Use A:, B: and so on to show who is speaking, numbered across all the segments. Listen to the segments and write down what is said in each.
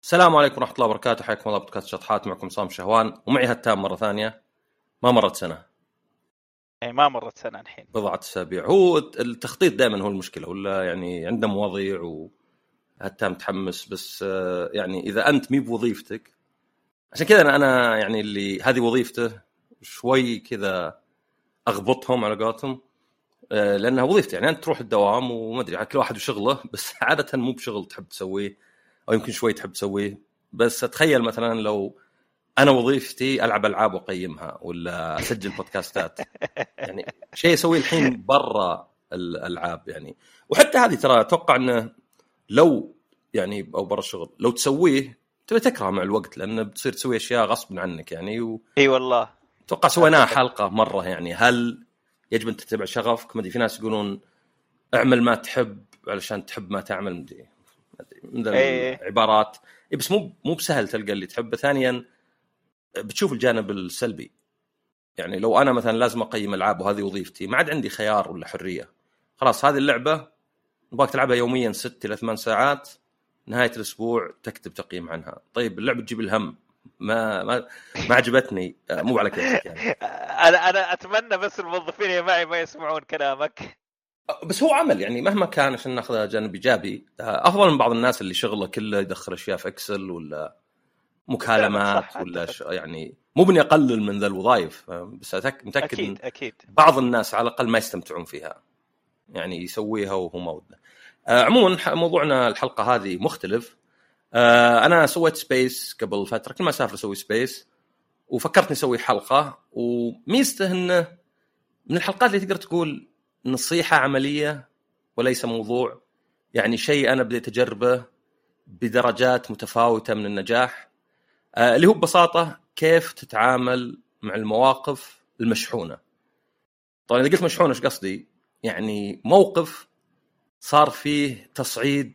A: السلام عليكم ورحمة الله وبركاته. حياكم الله بودكاست شطحات، معكم صام شهوان ومعي هتام مرة ثانية. ما مرت سنة،
B: يعني ما مرت سنة الحين،
A: بضعة أسابيع. هو التخطيط دائما هو المشكلة، ولا يعني عنده مواضيع وهتام متحمس، بس يعني إذا أنت مي بوظيفتك، عشان كذا أنا يعني اللي هذه وظيفته شوي كذا أغبطهم على قولتهم، لأنها وظيفتي. يعني أنت تروح الدوام وما أدري كل واحد وشغله، بس عادة مو بشغل تحب تسويه، أو يمكن شوي تحب تسويه. بس أتخيل مثلا لو أنا وظيفتي ألعب ألعاب وأقيمها ولا أسجل بودكاستات، يعني شيء أسويه الحين برا الألعاب يعني. وحتى هذه ترى أتوقع أنه لو يعني أو برا الشغل لو تسويه تبي تكره مع الوقت، لأنه بتصير تسوي أشياء غصب عنك يعني.
B: اي والله
A: أتوقع سويناها حلقة مرة يعني، هل يجب أن تتبع شغفك؟ ما أدري، في ناس يقولون اعمل ما تحب علشان تحب ما تعمل، مدري من العبارات. بس مو بسهل تلقى اللي تحبه. ثانيا بتشوف الجانب السلبي، يعني لو أنا مثلا لازم أقيم ألعاب وهذه وظيفتي، ما عاد عندي خيار ولا حرية. خلاص هذه اللعبة نبغاك تلعبها يوميا 6 إلى 8 ساعات، نهاية الأسبوع تكتب تقييم عنها. طيب اللعبة تجيب الهم، ما عجبتني، مو على كيفك يعني.
B: انا اتمنى بس الموظفين اللي معي ما يسمعون كلامك،
A: بس هو عمل يعني مهما كان، عشان ناخذها جانب إيجابي، أفضل من بعض الناس اللي شغله كله يدخل أشياء في إكسل ولا مكالمات ولا يعني. مو بني أقلل من ذا الوظائف، بس متأكد
B: أكيد.
A: بعض الناس على الأقل ما يستمتعون فيها، يعني يسويها وهو ما وده. عموما موضوعنا الحلقة هذه مختلف. أنا سويت سبيس قبل فترة، كل ما أسافر أسوي سبيس، وفكرت نسوي حلقة. وميزته إنه من الحلقات اللي تقدر تقول نصيحة عملية وليس موضوع، يعني شيء أنا بديت أجربه بدرجات متفاوتة من النجاح، اللي هو ببساطة كيف تتعامل مع المواقف المشحونة. طبعا إذا قلت مشحونة إيش قصدي؟ يعني موقف صار فيه تصعيد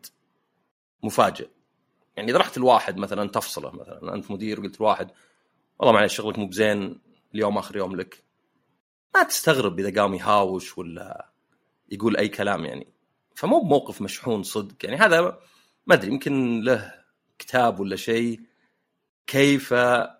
A: مفاجئ. يعني إذا رحت الواحد مثلا تفصله، مثلا أنت مدير وقلت الواحد والله معلش شغلك مو بزين اليوم آخر يوم لك، ما تستغرب إذا قام يهاوش ولا يقول أي كلام يعني. فمو بموقف مشحون صدق يعني. هذا ما أدري، يمكن له كتاب ولا شيء، كيف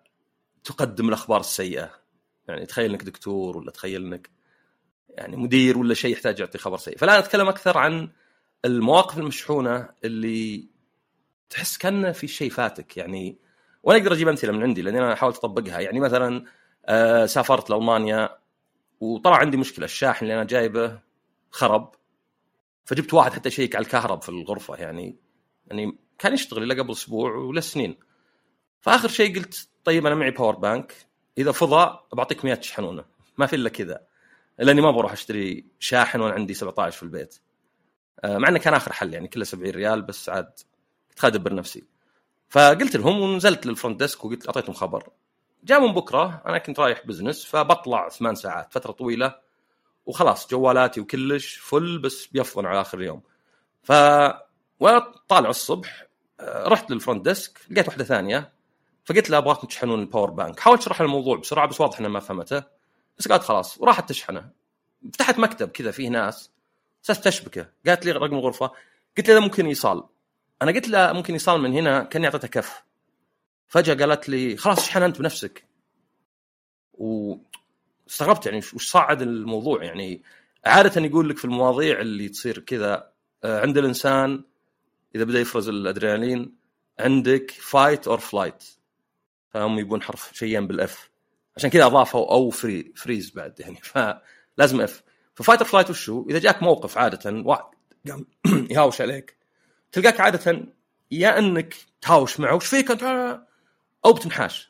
A: تقدم الأخبار السيئة. يعني تخيل إنك دكتور، ولا تخيل إنك يعني مدير ولا شيء يحتاج يعطي خبر سيء. فلا أتكلم أكثر عن المواقف المشحونة اللي تحس كأنه في شيء فاتك يعني. وأنا أقدر أجيب أمثلة من عندي لأن أنا حاولت أطبقها. يعني مثلا سافرت لألمانيا وطلع عندي مشكلة، الشاحن اللي أنا جايبه خرب، فجبت واحد حتى شيك على الكهرب في الغرفة يعني كان يشتغل إلا قبل أسبوع ولا سنين. فآخر شيء قلت طيب أنا معي باور بانك، إذا فضى بعطيك 100 تشحنونه، ما في إلا كذا، لأني ما بروح أشتري شاحن وأنا عندي 17 في البيت. مع أنه كان آخر حل يعني كله 70 ريال، بس عاد كنت أدبر نفسي. فقلت لهم ونزلت للفرونت ديسك وقلت أعطيتهم خبر. جاء من بكرة أنا كنت رايح بزنس، فبطلع 8 ساعات فترة طويلة، وخلاص جوالاتي وكلش فل، بس بيفضل على آخر اليوم. وطالع الصبح رحت للفرونت ديسك، لقيت واحدة ثانية، فقلت لها أبغاكم تشحنون الباور بانك. حاولت أشرح الموضوع بسرعة بس واضح أنها ما فهمته، بس قالت خلاص وراحت تشحنه. فتحت مكتب كذا فيه ناس أساس تشبكه، قالت لي رقم الغرفة، قلت لها ممكن يصال. أنا قلت لها ممكن يصال من هنا، كان يعطيتها كف. فجأة قالت لي خلاص اشحن أنت بنفسك. واستغربت يعني وش صعد الموضوع. يعني عادة يقول لك في المواضيع اللي تصير كذا عند الإنسان إذا بدأ يفرز الأدرينالين عندك فايت أور فلايت، فهم يبون حرف شيئين بالإف، عشان كذا أضافوا أو فريز بعد يعني، فلازم إف. ففايت أور فلايت وشو؟ إذا جاك موقف عادة واحد قام يهاوش عليك، تلقاك عادة يا أنك تهاوش معه وش فيك أنت، أو بتنحاش.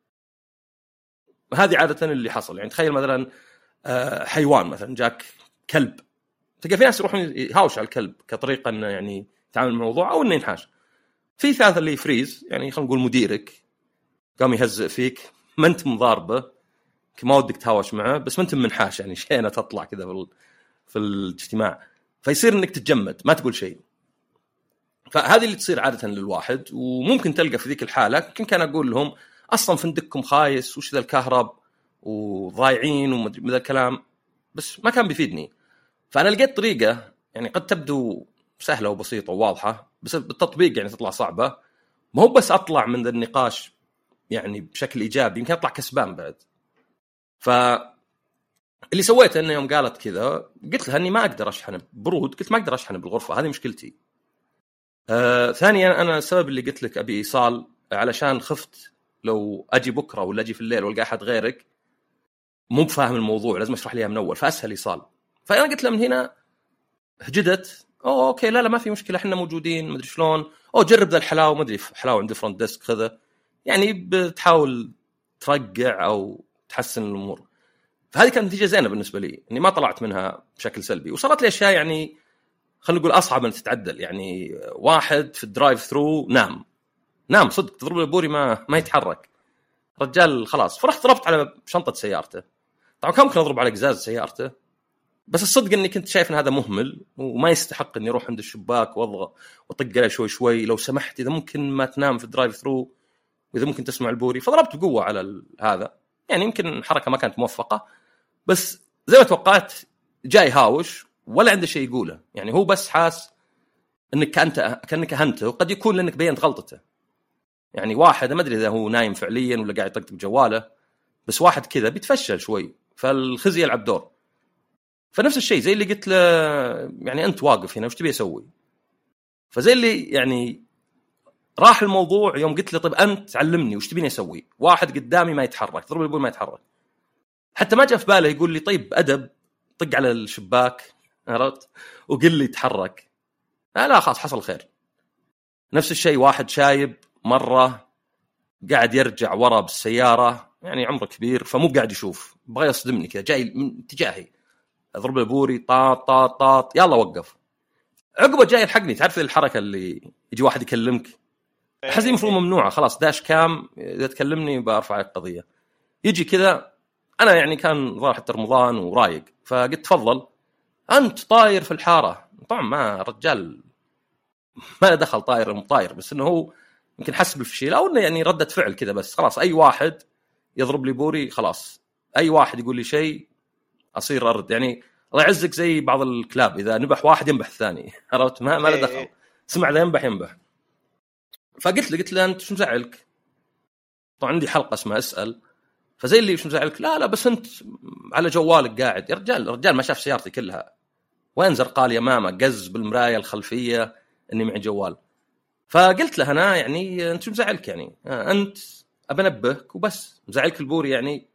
A: هذه عادة اللي حصل. يعني تخيل مثلا حيوان مثلا جاك كلب، تلقى في ناس يروحون يهاوش على الكلب كطريقة إنه يعني يتعامل مع الموضوع، أو إنه ينحاش. في ثالث اللي فريز، يعني خلينا نقول مديرك قام يهزئ فيك، ما أنت مضاربه، ما ودك تهاوش معه، بس ما أنت منحاش يعني شيء تطلع كذا في الاجتماع، فيصير إنك تتجمد ما تقول شيء. فهذه اللي تصير عادة للواحد. وممكن تلقى في ذيك الحالة كان أقول لهم أصلا فندقكم خايس وش ذا الكهرب وضايعين ومن ذا الكلام، بس ما كان بيفيدني. فأنا لقيت طريقة يعني قد تبدو سهلة وبسيطة وواضحة، بس بالتطبيق يعني تطلع صعبة. ما هو بس اطلع من ذا النقاش يعني بشكل ايجابي، يمكن اطلع كسبان بعد. فاللي سويته انه يوم قالت كذا قلت لها اني ما اقدر اشحن برود، قلت ما اقدر اشحن بالغرفه، هذه مشكلتي. ثانيا انا السبب اللي قلت لك ابي ايصال علشان خفت لو اجي بكره ولا اجي في الليل والقى احد غيرك مو بفاهم الموضوع لازم اشرح ليها من اول، فاسهل ايصال. فانا قلت لها من هنا هجدت اوكي لا ما في مشكله احنا موجودين مدري شلون، جرب ذا الحلاوه ما ادري حلاوه عند فرونت ديسك خذه، يعني بتحاول ترجع او تحسن الامور. فهذه كانت نتيجه زينه بالنسبه لي اني ما طلعت منها بشكل سلبي. وصارت لي اشياء يعني خلينا نقول اصعب ان تتعدل، يعني واحد في الدرايف ثرو نام صدق تضرب البوري ما يتحرك رجال خلاص. فرحت ضربت على شنطه سيارته، طبعا كان ممكن اضرب على قزاز سيارته، بس الصدق اني كنت شايف ان هذا مهمل وما يستحق اني اروح عند الشباك واضغط واطق عليه شوي لو سمحت اذا ممكن ما تنام في الدرايف ثرو واذا ممكن تسمع البوري. فضربت بقوه على هذا، يعني يمكن حركه ما كانت موفقه، بس زي ما توقعت جاي هاوش ولا عنده شيء يقوله، يعني هو بس حاس انك كانك اهنته، وقد يكون لانك بينت غلطته. يعني واحد ما ادري اذا هو نايم فعليا ولا قاعد يطقطق جواله، بس واحد كذا بيتفشل شوي فالخزي يلعب دور. فنفس الشيء زي اللي قلت له يعني انت واقف هنا وش تبي اسوي، فزي اللي يعني راح الموضوع يوم قلت له طيب انت علمني وش تبيني اسوي. واحد قدامي ما يتحرك ضرب البول ما يتحرك، حتى ما جاء في باله يقول لي طيب ادب طق على الشباك عرفت وقل لي يتحرك. لا خلاص حصل خير. نفس الشيء واحد شايب مره قاعد يرجع ورا بالسياره، يعني عمره كبير فمو قاعد يشوف، بغى يصدمني كذا جاي من اتجاهي اضرب البوري طاط يلا وقف. عقبه جاي يلحقني، تعرف الحركه اللي يجي واحد يكلمك احس المفروض ممنوعه خلاص داش كام اذا تكلمني برفع عليك قضيه. يجي كذا انا يعني كان ظاهر حتى رمضان ورايق فقلت تفضل انت طاير في الحاره. طبعا ما رجال ما دخل طاير مطاير، بس انه هو يمكن حس بالفشيل او انه يعني ردة فعل كذا، بس خلاص اي واحد يضرب لي بوري خلاص اي واحد يقول لي شيء اصير ارد. يعني الله يعزك زي بعض الكلاب اذا نبح واحد ينبح الثاني عرفت ما له دخل، سمع ذا ينبح. فقلت له انت شو مزعلك؟ طبعا عندي حلقه اسمها اسال، فزي اللي شو مزعلك؟ لا بس انت على جوالك قاعد. يا رجال ما شاف سيارتي كلها، وين زرقالي امامه قز بالمرايه الخلفيه اني معي جوال. فقلت له انا يعني انت شو مزعلك؟ يعني انت ابنبهك وبس، مزعلك البوري يعني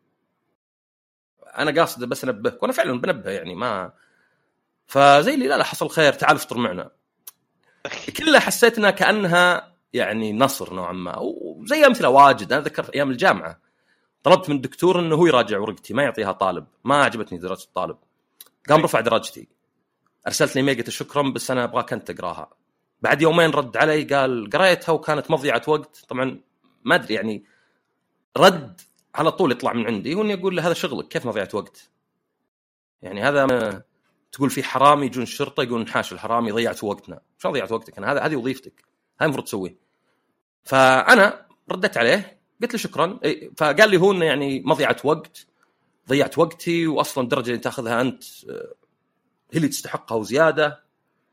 A: انا قاصد بس انبهك، وانا فعلا بنبه يعني ما. فزي اللي لا حصل خير تعال افطر معنا. كلها حسيت انها كانها يعني نصر نوعا ما، وزي امثله واجد. انا ذكر ايام الجامعه طلبت من الدكتور انه هو يراجع ورقتي ما يعطيها طالب، ما عجبتني درجه الطالب قام رفع درجتي، ارسلت لي ميجة شكرا بس انا ابغاك انت تقراها. بعد يومين رد علي قال قريتها وكانت مضيعه وقت. طبعا ما ادري يعني رد على طول يطلع من عندي واني اقول له هذا شغلك كيف مضيعه وقت؟ يعني هذا تقول في حرامي يجون الشرطه يقولون حاش الحرامي ضيعت وقتنا، شو ضيعت وقتك؟ انا هذه وظيفتك، هاي المفروض تسويه. فانا ردت عليه قلت له شكرا. فقال لي هو انه يعني مضيعه وقت، ضيعت وقتي واصلا الدرجه اللي تاخذها انت هي اللي تستحقها وزياده.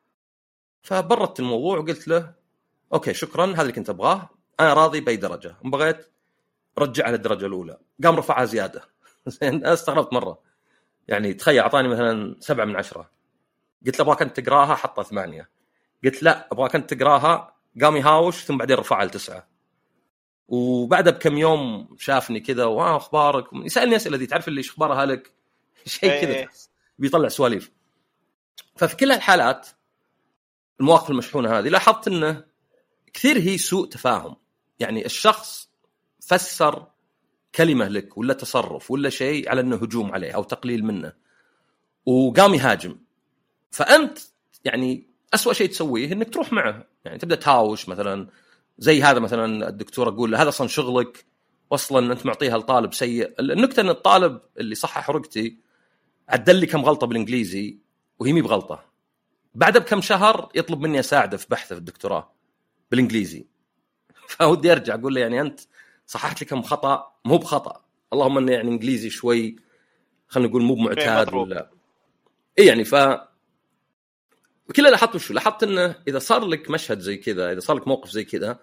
A: فبرت الموضوع وقلت له اوكي شكرا هذا اللي كنت ابغاه، انا راضي باي درجه، ان بغيت رجع على الدرجه الاولى. قام رفعها زياده انا استغربت مره، يعني تخيل اعطاني مثلا 7 من 10. قلت له ابغاك انت تقراها حطها 8. قلت لا ابغاك انت تقراها، قام يهاوش ثم بعدين رفعها ل 9. وبعدها بكم يوم شافني كذا واخبارك يسالني اسئله ذي تعرف اللي اخبارها لك شيء كذا بيطلع سواليف. ففي كل الحالات المواقف المشحونه هذه لاحظت انه كثير هي سوء تفاهم، يعني الشخص فسر كلمه لك ولا تصرف ولا شيء على انه هجوم عليه او تقليل منه وقام يهاجم. فانت يعني أسوأ شيء تسويه انك تروح معه، يعني تبدا تهاوش مثلا زي هذا مثلا الدكتور اقول له هذا اصلا شغلك واصلا انت معطيها لطالب سيء. النكته ان الطالب اللي صحح ورقتي عدل لي كم غلطه بالانجليزي وهي مي بغلطه، بعدها بكم شهر يطلب مني اساعده في بحثه في الدكتوراه بالانجليزي. فودي ارجع اقول له يعني انت صححت لي كم خطا مو بخطا، اللهم انه يعني انجليزي شوي خلينا نقول مو معتاد ولا اي يعني. ف كل اللي لاحظته انه اذا صار لك مشهد زي كذا، اذا صار لك موقف زي كذا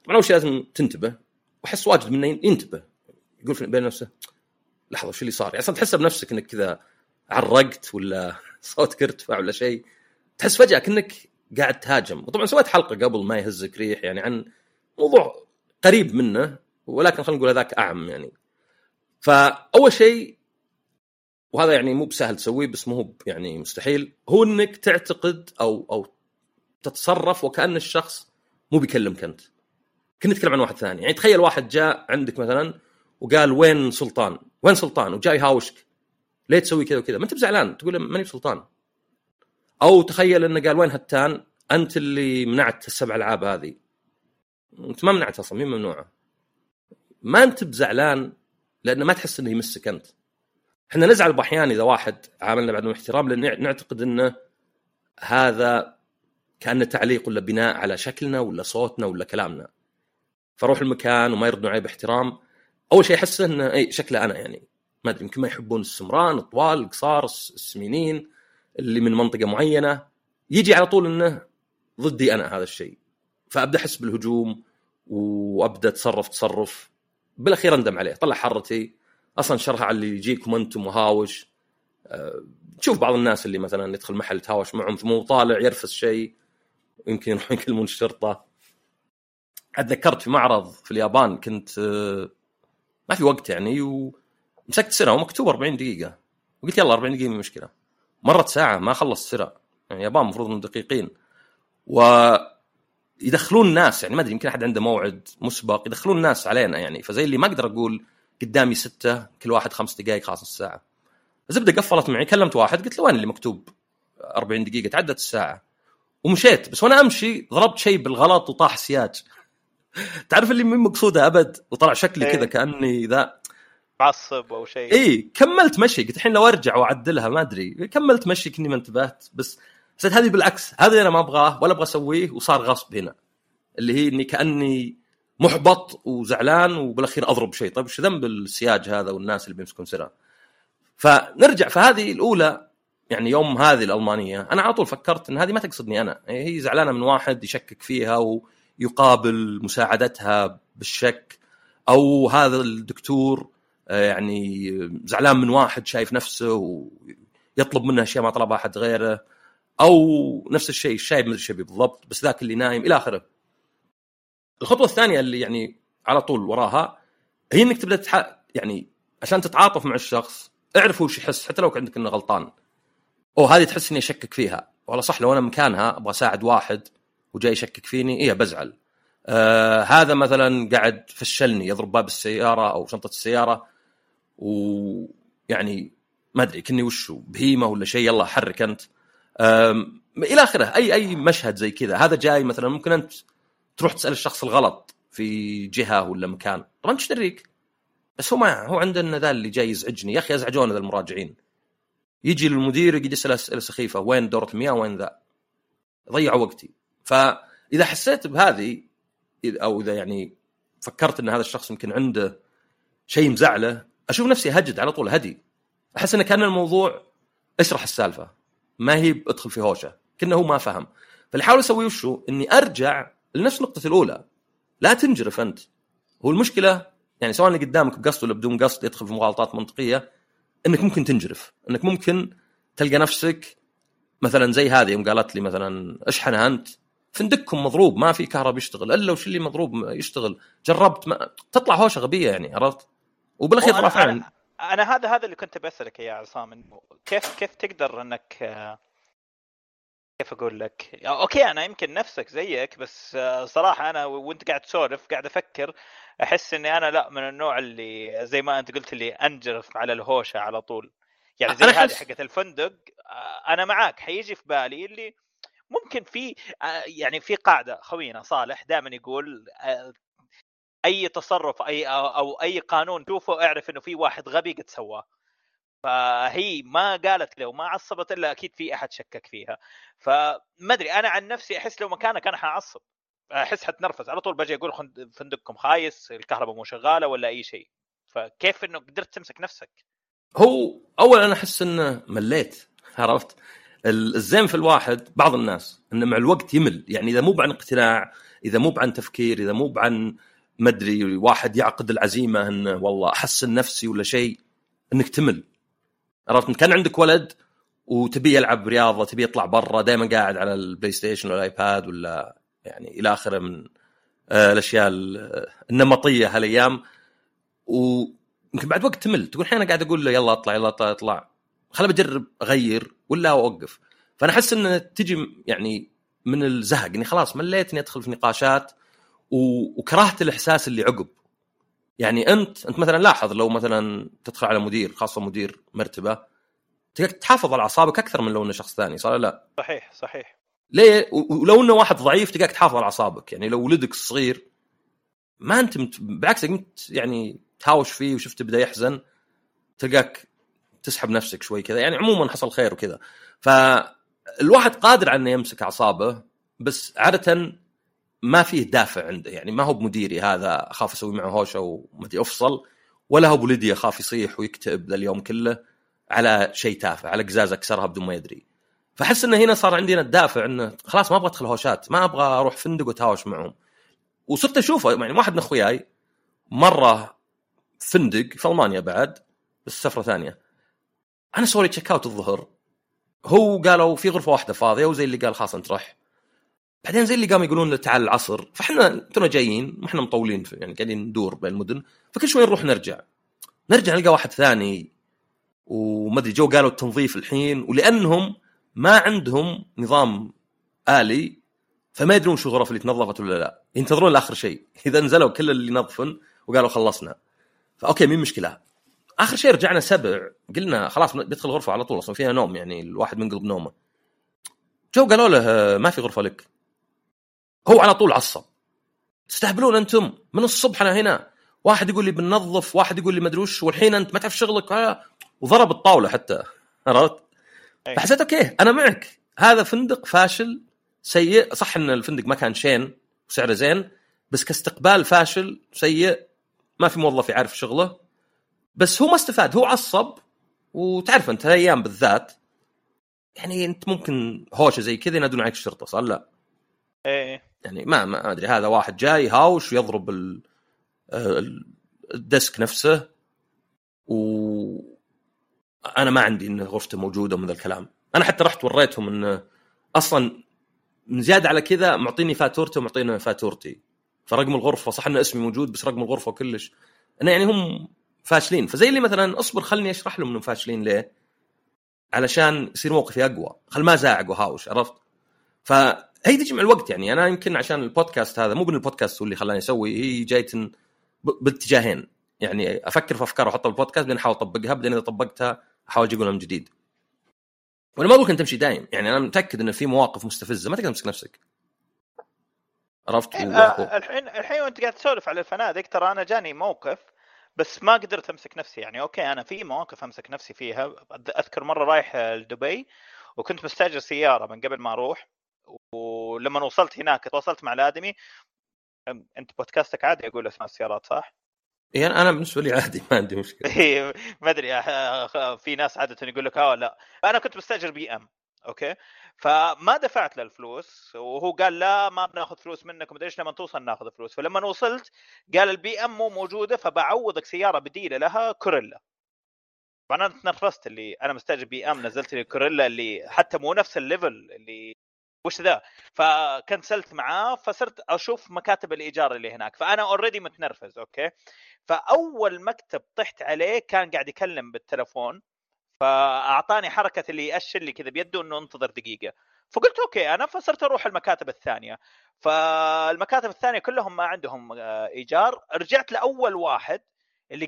A: طبعا اول شيء لازم تنتبه، واحس واجد منه ينتبه، يقول بين نفسه لحظه وش اللي صار، يعني اصلا تحس بنفسك انك كذا عرقت ولا صوتك ارتفع ولا شيء، تحس فجاه كأنك قاعد تهاجم. وطبعا سويت حلقه قبل ما يهزك ريح يعني عن موضوع قريب منه، ولكن خلينا نقول هذاك اعم يعني. فاول شيء، وهذا يعني مو بسهل تسويه بس مو يعني مستحيل، هو انك تعتقد او تتصرف وكأن الشخص مو بيكلمك انت، كنت تتكلم عن واحد ثاني. يعني تخيل واحد جاء عندك مثلا وقال وين سلطان وجاي هاوشك ليه تسوي كذا وكذا، ما انت بزعلان تقول ماني بسلطان. او تخيل انه قال وين هتان، انت اللي منعت السبع العاب هذه، انت ما منعت اصلا، مين ممنوعه، ما انت بزعلان لانه ما تحس انه يمسك انت. احنا نزعل باحيان اذا واحد عاملنا بعدم احترام، لان نعتقد انه هذا كأنه تعليق ولا بناء على شكلنا ولا صوتنا ولا كلامنا، فروح المكان وما يردون عليه باحترام. اول شيء احس انه اي شكله انا يعني ما ادري، يمكن ما يحبون السمران الطوال القصار السمينين اللي من منطقه معينه، يجي على طول انه ضدي انا هذا الشيء، فابدا احس بالهجوم وابدا تصرف بالاخير اندم عليه، طلع حرتي اصلا شرها على اللي يجيكم انتم وهاوش. تشوف بعض الناس اللي مثلا يدخل محل تهاوش معهم ثم طالع يرفس شيء يمكن يروحون يكلمون الشرطه. اتذكرت في معرض في اليابان كنت ما في وقت يعني، ومسكت سرعه ومكتوب 40 دقيقه، وقلت يلا 40 دقيقه مش مشكله، مرت ساعه ما خلص سرعه، يعني اليابان المفروض انهم دقيقين، ويدخلون الناس يعني ما ادري يمكن احد عنده موعد مسبق يدخلون الناس علينا يعني، فزي اللي ما اقدر اقول قدامي 6 كل واحد 5 دقائق خلاص الساعه. الزبده قفلت معي، كلمت واحد قلت له وين اللي مكتوب 40 دقيقه، تعدت الساعه ومشيت، بس وانا امشي ضربت شيء بالغلط وطاح سياج تعرف اللي من مقصوده ابد، وطلع شكلي كذا كاني ذا
B: معصب او شيء.
A: اي كملت مشي، قلت الحين لو ارجع واعدلها ما ادري، كملت مشي كني ما انتبهت، بس حسيت هذه بالعكس، هذا انا ما ابغاه ولا ابغى اسويه، وصار غصب هنا اللي هي اني كاني محبط وزعلان وبالاخير اضرب شيء. طيب وش ذنب السياج هذا والناس اللي بيمسكون سرعه؟ فنرجع، فهذه الاولى يعني يوم هذه الألمانية أنا على طول فكرت إن هذه ما تقصدني أنا، هي زعلانة من واحد يشكك فيها ويقابل مساعدتها بالشك، أو هذا الدكتور يعني زعلان من واحد شايف نفسه ويطلب منه أشياء ما طلبها أحد غيره، أو نفس الشيء الشايب مثل الشبي بالضبط بس ذاك اللي نايم إلى آخره. الخطوة الثانية اللي يعني على طول وراها هي إنك تبدأ يعني عشان تتعاطف مع الشخص اعرف وش يحس، حتى لو عندك إنه غلطان، هذه تحس إني أشكك فيها، والله صح لو أنا مكانها أبغى أساعد واحد وجاي يشكك فيني إيه بزعل. هذا مثلا قاعد فشلني يضرب باب السيارة أو شنطة السيارة ويعني ما أدري كني وشو بهيمة ولا شيء، يلا حرك أنت إلى آخره. أي مشهد زي كذا، هذا جاي مثلا ممكن أنت تروح تسأل الشخص الغلط في جهة ولا مكان، طبعا تشتريك بس هو عندنا ذا اللي جاي يزعجني، يا أخي أزعجونا ذا المراجعين، يجي للمدير يجي يسأل أسئلة سخيفة وين دورة المياه وين ذا، ضيع وقتي. فإذا حسيت بهذه أو إذا يعني فكرت أن هذا الشخص يمكن عنده شيء مزعله، أشوف نفسي هجد على طول هدي، أحس أن كان الموضوع اشرح السالفة ما هي أدخل في هوشة كأنه هو ما فهم. فاللي حاول أسويه وشو إني أرجع لنفس نقطة الأولى، لا تنجرف أنت. هو المشكلة يعني سواء اللي قدامك بقصد ولا بدون قصد يدخل في مغالطات منطقية، انك ممكن تنجرف، انك ممكن تلقى نفسك مثلا زي هذه يوم قالت لي مثلا اشحنها انت، فندقكم مضروب ما في كهرباء يشتغل الا وش اللي مضروب يشتغل، جربت ما تطلع هوشه غبيه يعني، عرفت؟ وبالاخير طلع فعلا.
B: انا هذا اللي كنت بسالك يا عصام، كيف تقدر انك كيف اقول لك، اوكي انا يمكن نفسك زيك، بس صراحه انا وانت قاعد تسولف قاعد افكر احس اني انا لا من النوع اللي زي ما انت قلت لي انجرف على الهوشه على طول، يعني زي هذه حقه الفندق. انا معاك، حيجي في بالي اللي ممكن في يعني في قاعده خوينا صالح دائما يقول اي تصرف او اي قانون تشوفه اعرف انه في واحد غبي قد سواه، فهي ما قالت كذا وما عصبت الا اكيد في احد شكك فيها. فما ادري انا عن نفسي احس لو مكانك انا حاعصب، احس حتنرفز على طول، باجي اقول فندقكم خايس، الكهرباء مو شغاله ولا اي شيء. فكيف انه قدرت تمسك نفسك؟
A: هو اول انا احس انه مليت، عرفت الزين في الواحد بعض الناس انه مع الوقت يمل، يعني اذا مو عن اقتناع، اذا مو عن تفكير، اذا مو عن مدري واحد يعقد العزيمه انه والله احسن نفسي ولا شيء، انك تمل. عرفت؟ كان عندك ولد وتبي يلعب رياضه، تبي يطلع برا، دائما قاعد على البلاي ستيشن ولا الايباد ولا يعني الى اخره من الاشياء النمطيه هالايام، ويمكن بعد وقت تمل، تقول الحين انا قاعد اقول له يلا اطلع يلا اطلع، خليني بجرب اغير ولا اوقف. فانا احس ان تجي يعني من الزهق، اني خلاص مليت اني ادخل في نقاشات وكرهت الاحساس اللي عقب. يعني انت مثلا لاحظ لو مثلا تدخل على مدير، خاصه مدير مرتبه، تحافظ على اعصابك اكثر من لو انه شخص ثاني، صار لا؟
B: صحيح.
A: ليه؟ ولو انه واحد ضعيف تلقاك تحافظ على اعصابك. يعني لو ولدك الصغير ما انت بالعكس قمت يعني تهاوش فيه وشفته بدا يحزن، تلقاك تسحب نفسك شوي كذا. يعني عموما حصل خير وكذا. فالواحد قادر على انه يمسك اعصابه، بس عاده ما فيه دافع عنده. يعني ما هو بمديري هذا اخاف اسوي معه هوشه ومدري افصل، ولا هو بولدي اخاف يصيح ويكتئب ذا اليوم كله على شيء تافه، على قزازه كسرها بدون ما يدري. فحس انه هنا صار عندنا الدافع انه خلاص ما ابغى ادخل هوشات، ما ابغى اروح فندق وتهاوش معهم. وصرت اشوفه، يعني واحد من اخوياي مره فندق في المانيا بعد، بس سفره ثانيه، انا سويت تشيك اوت الظهر، هو قالوا في غرفه واحده فاضيه، وزي اللي قال خلاص انت رح. بعدين زي اللي قاموا يقولون له تعال العصر، فاحنا تونا جايين ما احنا مطولين يعني قاعدين ندور بين المدن، فكل شوي نروح نرجع نلقى واحد ثاني، وما ادري جو قالوا التنظيف الحين، ولانهم ما عندهم نظام آلي فما يدرون شو الغرف اللي تنظفت ولا لا، ينتظرون لاخر شيء اذا نزلوا كل اللي ينظفن وقالوا خلصنا، فاوكي مين مشكله. اخر شيء رجعنا 7، قلنا خلاص بيدخل غرفه على طول، اصلا فيها نوم، يعني الواحد منقلب نومه. جو قالوا له ما في غرفه لك، هو على طول عصب، تستهبلون انتم من الصبح انا هنا، واحد يقول لي بننظف، واحد يقول لي ما ادري وش، والحين انت ما تعرف شغلك، وضرب الطاوله حتى. عرفت؟ فحسيت اوكي انا معك، هذا فندق فاشل سيء. صح ان الفندق ما كان شين وسعره زين، بس كاستقبال فاشل سيء، ما في موظف يعرف شغله، بس هو ما استفاد، هو عصب. وتعرف انت الايام بالذات يعني انت ممكن هوشه زي كذا ينادون عليك الشرطه، صار لا
B: ايه
A: يعني ما ادري، هذا واحد جاي هاوش ويضرب الديسك نفسه، وانا ما عندي ان غرفته موجوده من ذا الكلام. انا حتى رحت وريتهم ان اصلا زياده على كذا معطيني فاتورته ومعطينا فاتورتي، فرقم الغرفه صح ان اسمي موجود بس رقم الغرفه كلش انا، يعني هم فاشلين. فزي اللي مثلا اصبر خلني اشرح لهم انهم فاشلين ليه، علشان يصير موقفي اقوى، خل ما زاعق وهاوش. عرفت؟ فهي تجي مع الوقت. يعني انا يمكن عشان البودكاست هذا، مو من البودكاست هو اللي خلاني اسوي، هي جايت باتجاهين، يعني افكر في افكار واحطها بالبودكاست، بعدين احاول اطبقها، بعدين اذا طبقتها احاول اقولها من جديد. وانا ما اقول لك تمشي دايم، يعني انا متاكد ان في مواقف مستفزه ما تقدر تمسك نفسك. عرفت؟
B: الحين وانت قاعد تسولف على الفنادق، ترى انا جاني موقف بس ما قدرت امسك نفسي. يعني اوكي انا في مواقف امسك نفسي فيها. اذكر مره رايح لدبي وكنت مستاجر سياره من قبل ما اروح، ولما وصلت هناك تواصلت مع الادمي. انت بودكاستك عادي اقول اسماء السيارات صح؟
A: يعني انا بالنسبه لي عادي ما عندي مشكله.
B: ما ادري في ناس عاده يقول لك لا. انا كنت مستاجر بي ام، اوكي، فما دفعت له الفلوس، وهو قال لا ما بناخذ فلوس منك وما ادري ايش، لما توصل ناخذ فلوس. فلما وصلت قال البي ام مو موجوده، فبعوضك سياره بديله لها كوريلا. فانا تنرفزت، اللي انا مستاجر بي ام نزلت لي كوريلا اللي حتى مو نفس الليفل اللي وش ذا. فكنسلت معاه، فصرت اشوف مكاتب الايجار اللي هناك، فانا اوريدي متنرفز. اوكي، فاول مكتب طحت عليه كان قاعد يكلم بالتلفون، فاعطاني حركه اللي ياشر لي كذا بيده انه انتظر دقيقه. فقلت اوكي انا، فصرت اروح المكاتب الثانيه. فالمكاتب الثانيه كلهم ما عندهم ايجار. رجعت لاول واحد اللي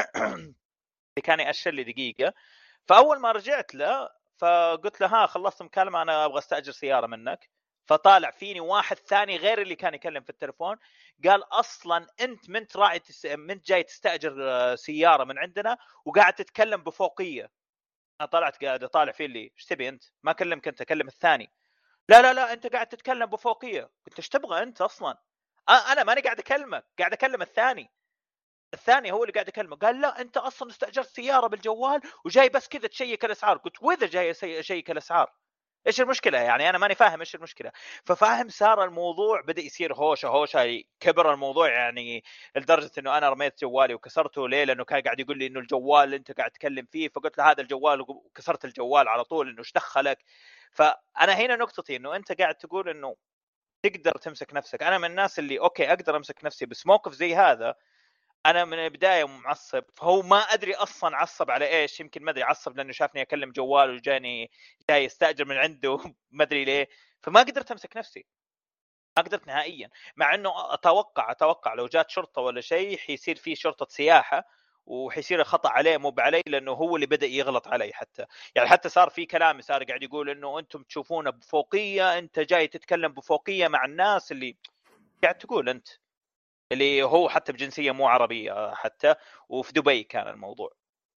B: كان ياشر لي دقيقه. فاول ما رجعت له فقلت له ها خلصت مكالمه، انا ابغى استاجر سياره منك. فطالع فيني واحد ثاني غير اللي كان يكلم في التلفون، قال اصلا انت من جاي تستاجر سياره من عندنا وقاعد تتكلم بفوقيه. انا طلعت قاعد اطالع فيه اللي ايش تبي انت، ما كلمك انت، كلم الثاني. لا انت قاعد تتكلم بفوقيه. قلت ايش تبغى انت اصلا؟ انا ماني قاعد اكلمك، قاعد اكلم الثاني هو اللي قاعد يكلمه. قال لا انت اصلا استاجرت سياره بالجوال وجاي بس كذا تشيك الاسعار. قلت واذا جاي اشيك الاسعار ايش المشكله يعني؟ انا ماني فاهم ايش المشكله. ففاهم صار الموضوع بدا يصير هوشه كبر الموضوع يعني لدرجه انه انا رميت جوالي وكسرته. ليه؟ لانه كان قاعد يقول لي انه الجوال اللي انت قاعد تتكلم فيه، فقلت له هذا الجوال وكسرت الجوال على طول، انه ايش دخلك؟ فانا هنا نقطتي انه انت قاعد تقول انه تقدر تمسك نفسك. انا من الناس اللي اوكي اقدر امسك نفسي، بس موقف زي هذا انا من البدايه معصب. فهو ما ادري اصلا عصب على ايش، يمكن ما ادري عصب لانه شافني اكلم جوال وجاني جاي يستاجر من عنده ما ادري ليه. فما قدرت امسك نفسي، ما قدرت نهائيا. مع انه اتوقع لو جات شرطه ولا شيء حيصير في شرطه سياحه وحيصير الخطا عليه مو علي، لانه هو اللي بدا يغلط علي. حتى يعني حتى صار في كلام، صار قاعد يقول انه انتم تشوفونه بفوقيه، انت جاي تتكلم بفوقيه مع الناس اللي قاعد تقول انت، اللي هو حتى بجنسيه مو عربيه حتى، وفي دبي كان الموضوع.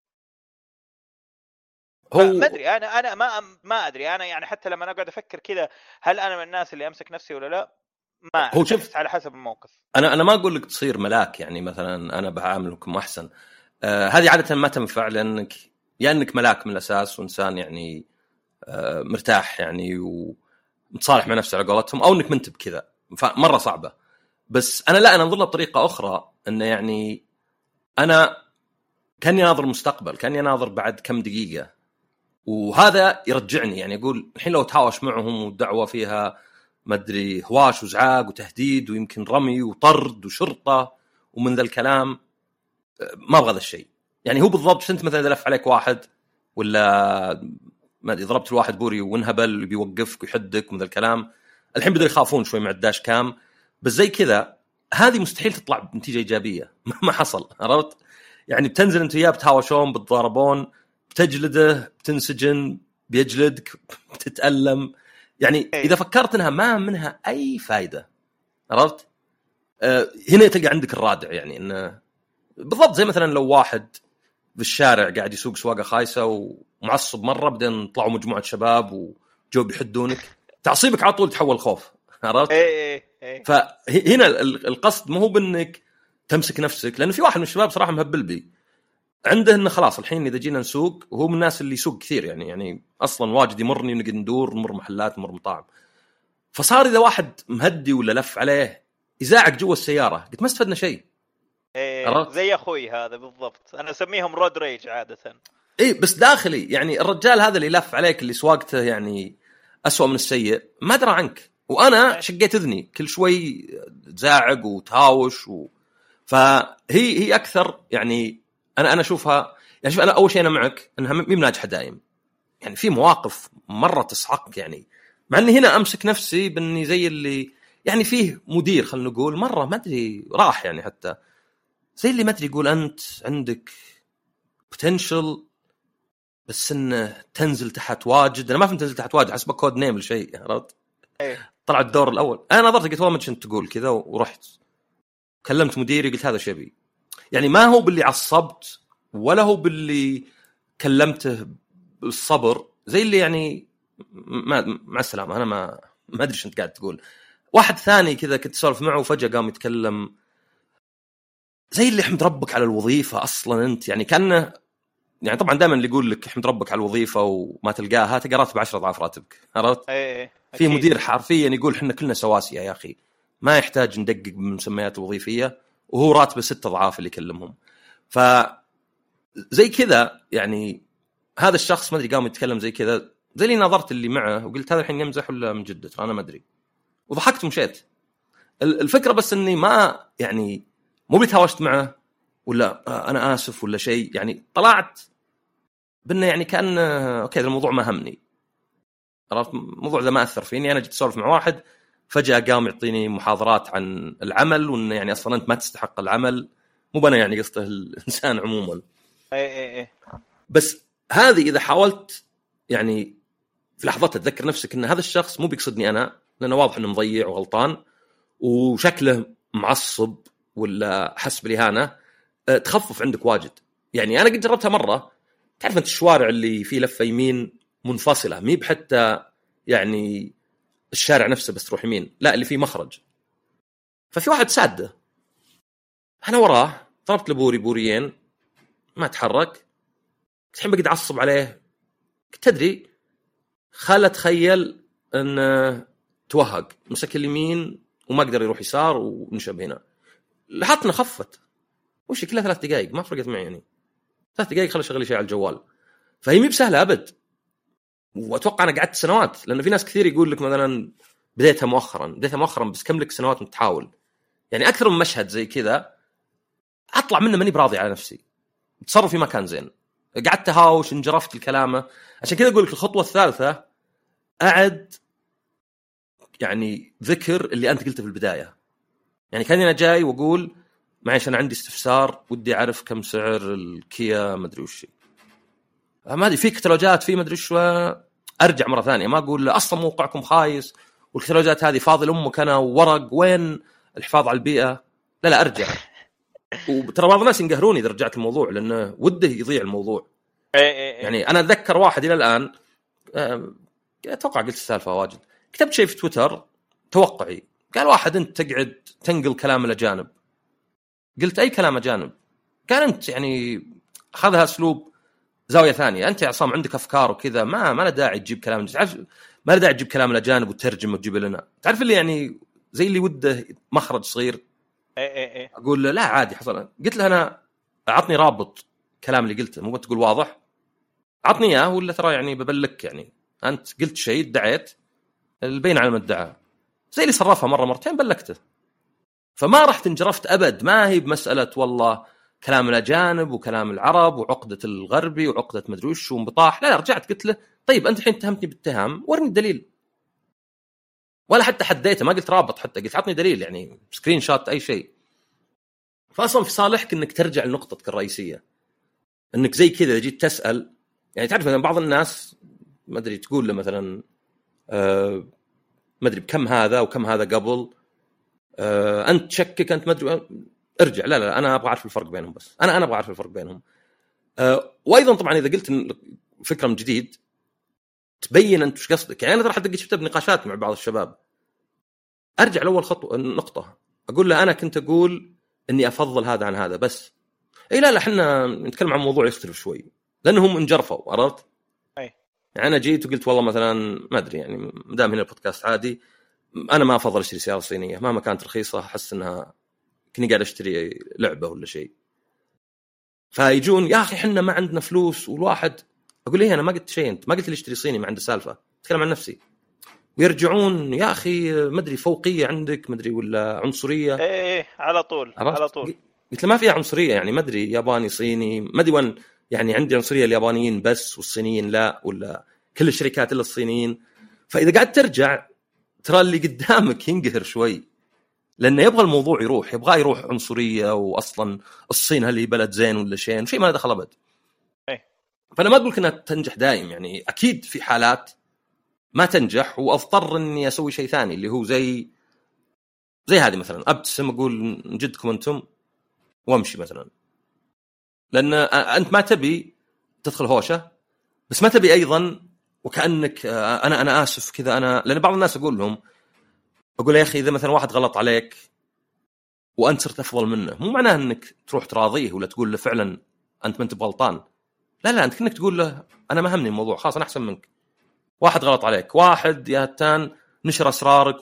B: ما ادري، انا ما ادري. انا يعني حتى لما انا اقعد افكر كذا، هل انا من الناس اللي امسك نفسي ولا لا؟ ما
A: هو
B: اعرف، على حسب الموقف.
A: انا ما اقول لك تصير ملاك، يعني مثلا انا بعاملكم احسن. هذه عاده ما تنفع، لانك يا انك ملاك من الاساس وانسان يعني مرتاح يعني ومتصالح مع نفسه على قولتهم، او انك منت بكذا، فمره صعبه. بس انا انظر لها بطريقه اخرى، انه يعني انا كاني ناظر المستقبل، كاني ناظر بعد كم دقيقه، وهذا يرجعني يعني اقول الحين لو تهاوش معهم والدعوه فيها ما ادري هواش وزعاق وتهديد ويمكن رمي وطرد وشرطه ومن ذا الكلام، ما ابغى هذا الشيء. يعني هو بالضبط انت مثلا اذا لف عليك واحد ولا ما ادري ضربت الواحد بوري وانهبل بيوقفك ويحدك من ذا الكلام، الحين بدأوا يخافون شوي مع الداش كام. بس زي كذا هذه مستحيل تطلع بنتيجه ايجابيه. ما حصل، عرفت؟ يعني بتنزل انت وياه بتهاوشون بتضاربون، بتجلده، بتنسجن، بيجلدك، بتتألم. يعني اذا فكرت انها ما منها اي فايده، عرفت؟ هنا تلقى عندك الرادع، يعني انه بالضبط زي مثلا لو واحد بالشارع قاعد يسوق سواقه خايسه ومعصب مره، بعدين طلعوا مجموعه شباب وجو بيحدونك، تعصيبك على طول تحول خوف، عرفت؟
B: ايه.
A: فهنا القصد مو هو بانك تمسك نفسك، لانه في واحد من الشباب صراحه مهبل بي عنده انه خلاص الحين اذا جينا نسوق، وهو من الناس اللي يسوق كثير يعني اصلا واجد يمرني ونقعد ندور، نمر محلات، نمر مطاعم. فصار اذا واحد مهدي ولا لف عليه يزاعق جوا السياره، قلت ما استفدنا شيء.
B: زي اخوي هذا بالضبط، انا اسميهم رود ريج عاده.
A: بس داخلي يعني الرجال هذا اللي لف عليك اللي سواقته يعني أسوأ من السيء ما درى عنك، وانا شقيت اذني كل شوي تزاعق وتهاوش فهي اكثر يعني انا اشوفها. يعني شوف، انا اول شيء انا معك انها مي ناجحه دايم، يعني في مواقف مره تصعق يعني. مع اني هنا امسك نفسي باني زي اللي يعني فيه مدير خلينا نقول مره ما ادري راح يعني حتى زي اللي ما ادري يقول انت عندك بوتنشل بس انه تنزل تحت واجد. انا ما فهمت تنزل تحت واجد، حسب كود نيم لشيء، عرفت؟ طلع الدور الاول انا نظرت قلت والله ما كنت تقول كذا، ورحت كلمت مديري قلت هذا شبي. يعني ما هو باللي عصبت ولا هو باللي كلمته بالصبر، زي اللي يعني مع السلامه انا ما ادري ايش انت قاعد تقول. واحد ثاني كذا كنت اسولف معه وفجاه قام يتكلم زي اللي حمد ربك على الوظيفه اصلا انت، يعني كانه يعني طبعا دائما اللي يقول لك احمد ربك على الوظيفه وما تلقاها تلقى راتب 10 اضعاف راتبك، عرفت؟ في مدير حرفيا يقول احنا كلنا سواسيه يا اخي، ما يحتاج ندقق بالمسميات الوظيفيه، وهو راتبه 6 اضعاف اللي يكلمهم. ف زي كذا يعني هذا الشخص ما ادري قام يتكلم زي كذا، زي اللي نظرت اللي معه وقلت هذا الحين يمزح ولا من جد، انا ما ادري، وضحكت ومشيت. الفكره بس اني ما يعني مو بتهاوشت معه ولا انا اسف ولا شيء، يعني طلعت بانه يعني كان اوكي الموضوع ما همني، عرفت؟ الموضوع ذا ما اثر فيني. انا جيت اسولف مع واحد فجاه قام يعطيني محاضرات عن العمل، وانه يعني اصلا انت ما تستحق العمل، مو بنا يعني قصته الانسان عموما. بس هذه اذا حاولت يعني في لحظات تتذكر نفسك ان هذا الشخص مو بيقصدني انا، لانه واضح انه مضيع وغلطان وشكله معصب ولا حسب الإهانة، تخفف عندك واجد. يعني انا قد جربتها مره، تعرف انت الشوارع اللي فيه لفه يمين منفصله، مي بحتى يعني الشارع نفسه بس تروح يمين، لا اللي فيه مخرج. ففي واحد ساده انا وراه ضربت له بوريين ما تحرك، الحين بقعد اعصب عليه. تدري خلى تخيل ان توهق مسك اليمين وما قدر يروح يسار ونشب هنا لحطنا خفت وش كلها 3 دقائق ما فرقت معي يعني 3 دقائق خلى شغل شيء على الجوال فهي مي بسهله ابد واتوقع انا قعدت سنوات لانه في ناس كثير يقول لك مثلا بديتها مؤخرا بس كم لك سنوات متحاول يعني اكثر من مشهد زي كذا اطلع منه ماني براضي على نفسي تصرفي ما كان زين قعدت هاوش انجرفت الكلامه عشان كذا اقول لك الخطوه الثالثه اعد يعني ذكر اللي انت قلته في البدايه يعني كان انا جاي واقول معلش انا عندي استفسار ودي اعرف كم سعر الكيا ما ادري وش ما ادري في كتالوجات في ما ادري شو ارجع مره ثانيه ما اقول اصلا موقعكم خايس والكتالوجات هذه فاضل امك انا وورق وين الحفاظ على البيئه لا ارجع وترى بعض الناس ينقهروني اذا رجعت الموضوع لانه وده يضيع الموضوع يعني انا اتذكر واحد الى الان اتوقع قلت السالفه واجد كتبت شيء في تويتر توقعي قال واحد انت تقعد تنقل كلام الاجانب قلت اي كلام اجانب قال انت يعني اخذها اسلوب زاويه ثانيه انت يا عصام عندك افكار وكذا ما له داعي تجيب كلام تعرف ما له داعي تجيب كلام الاجانب وترجم وتجيب لنا تعرف اللي يعني زي اللي وده مخرج صغير اقول له لا عادي حصل قلت له انا اعطني رابط كلام اللي قلته مو تقول واضح عطني اياه ولا ترى يعني ببلك يعني انت قلت شيء ادعيت البين على ما ادعى زي اللي صرفها مره مرتين بلكته فما رحت انجرفت ابد ما هي بمساله والله كلام الاجانب وكلام العرب وعقده الغربي وعقده مدري وش وانبطاح لا رجعت قلت له طيب انت الحين اتهمتني بالتهم ورني الدليل ولا حتى حديته ما قلت رابط حتى قلت عطني دليل يعني سكرين شوت اي شيء فاصلا في صالحك انك ترجع لنقطتك الرئيسيه انك زي كذا جيت تسال يعني تعرف مثلا بعض الناس ما ادري تقول له مثلا ما ادري بكم هذا وكم هذا قبل انت تشكك انت ما ادري ارجع لا انا ابغى اعرف الفرق بينهم بس انا ابغى اعرف الفرق بينهم وايضا طبعا اذا قلت فكره من جديد تبين انت ايش قصدك يعني انا ترى حتى شفت بنقاشات مع بعض الشباب ارجع لاول خطوه النقطه اقول له انا كنت اقول اني افضل هذا عن هذا بس اي لا احنا نتكلم عن موضوع يختلف شوي لانهم انجرفوا عرفت يعني انا جيت وقلت والله مثلا ما ادري يعني مدام هنا البودكاست عادي انا ما افضل اشتري سياره صينيه مهما كانت رخيصه احس انها كني قاعد اشتري لعبه ولا شيء فيجون يا اخي احنا ما عندنا فلوس والواحد اقول ليه انا ما قلت شيء انت ما قلت لي اشتري صيني ما عنده سالفه اتكلم عن نفسي ويرجعون يا اخي ما ادري فوقيه عندك ما ادري ولا عنصريه
B: ايه على طول
A: قلت له ما فيها عنصريه يعني ما ادري ياباني صيني ما ادري وين يعني عندي عنصريه اليابانيين بس والصينيين لا ولا كل الشركات الا الصينيين فاذا قاعد ترجع ترى اللي قدامك ينقهر شوي لانه يبغى الموضوع يروح عنصريه واصلا الصين هل هي بلد زين ولا شيء ما دخل ابد فانا ما اقول انها تنجح دائم يعني اكيد في حالات ما تنجح واضطر اني اسوي شيء ثاني اللي هو زي هذه مثلا ابتسم اقول من جدكم انتم وامشي مثلا لان انت ما تبي تدخل هوشه بس ما تبي ايضا وكانك انا اسف كذا انا لان بعض الناس اقول يا اخي اذا مثلا واحد غلط عليك وانت صرت افضل منه مو معناه انك تروح تراضيه ولا تقول له فعلا انت ما انت بغلطان لا انت كأنك تقول له انا ما همني الموضوع خلاص انا احسن منك واحد غلط عليك واحد يا هتان نشر اسرارك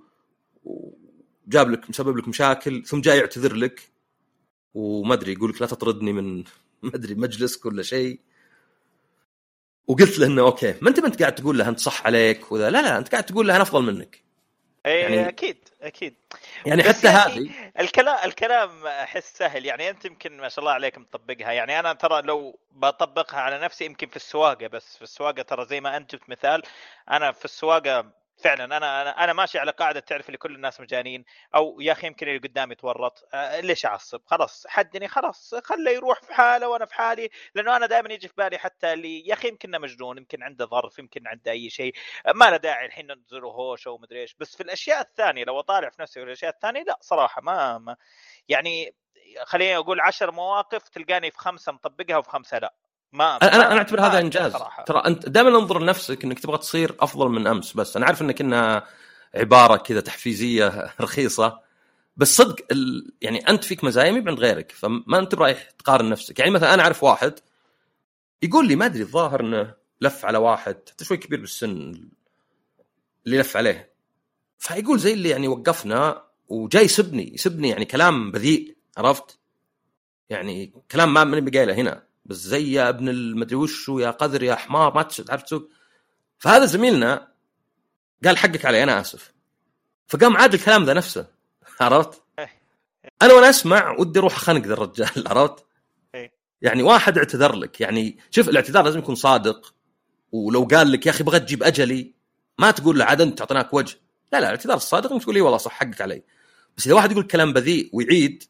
A: وجاب لك مسبب لك مشاكل ثم جاي يعتذر لك وما ادري يقول لك لا تطردني من ما ادري مجلسك ولا شيء وقلت له انه اوكي ما انت قاعد تقول له انت صح عليك وذا لا انت قاعد تقول له انا افضل منك
B: يعني اكيد
A: يعني حتى هذه
B: الكلام احس سهل يعني انت يمكن ما شاء الله عليك مطبقها يعني انا ترى لو بطبقها على نفسي يمكن في السواقه بس في السواقه ترى زي ما انت جبت مثال انا في السواقه فعلا انا ماشي على قاعده تعرف اللي كل الناس مجانين او يا اخي يمكن اللي قدامي تورط ليش اعصب خلاص حدني خلاص خليه يروح في حاله وانا في حالي لانه انا دائما يجي في بالي حتى اللي يا اخي يمكن مجنون يمكن عنده ظرف يمكن عنده اي شيء ما له داعي الحين ننزله هوشه ومدري ايش بس في الاشياء الثانيه لو اطالع في نفسي والاشياء الثانيه لا صراحه ما يعني خليني اقول 10 مواقف تلقاني في 5 مطبقها وفي 5 لا
A: انا اعتبر هذا انجاز ترى انت دائما انظر لنفسك انك تبغى تصير افضل من امس بس انا عارف انك انها عباره كذا تحفيزيه رخيصه بس صدق يعني انت فيك مزايا مي عند غيرك فما انت رايح تقارن نفسك يعني مثلا انا اعرف واحد يقول لي ما ادري الظاهر انه لف على واحد حتى شوي كبير بالسن اللي لف عليه، فيقول زي اللي يعني وقفنا وجاي يسبني يعني كلام بذيء، عرفت يعني كلام ما من بقايله هنا، بس زي يا ابن المدري وش يا قذر يا حمار ما تعرف تسوق. فهذا زميلنا قال حقك علي انا اسف، فقام عاد الكلام ذا نفسه، عرفت. انا وانا اسمع ودي اروح خنق ذا الرجال، عرفت يعني واحد اعتذر لك، يعني شوف الاعتذار لازم يكون صادق، ولو قال لك يا اخي بغيت تجيب اجلي ما تقول له عاد انت اعطيناك وجه، لا الاعتذار الصادق انك تقول لي والله صح حقك علي. بس اذا واحد يقول كلام بذيء ويعيد،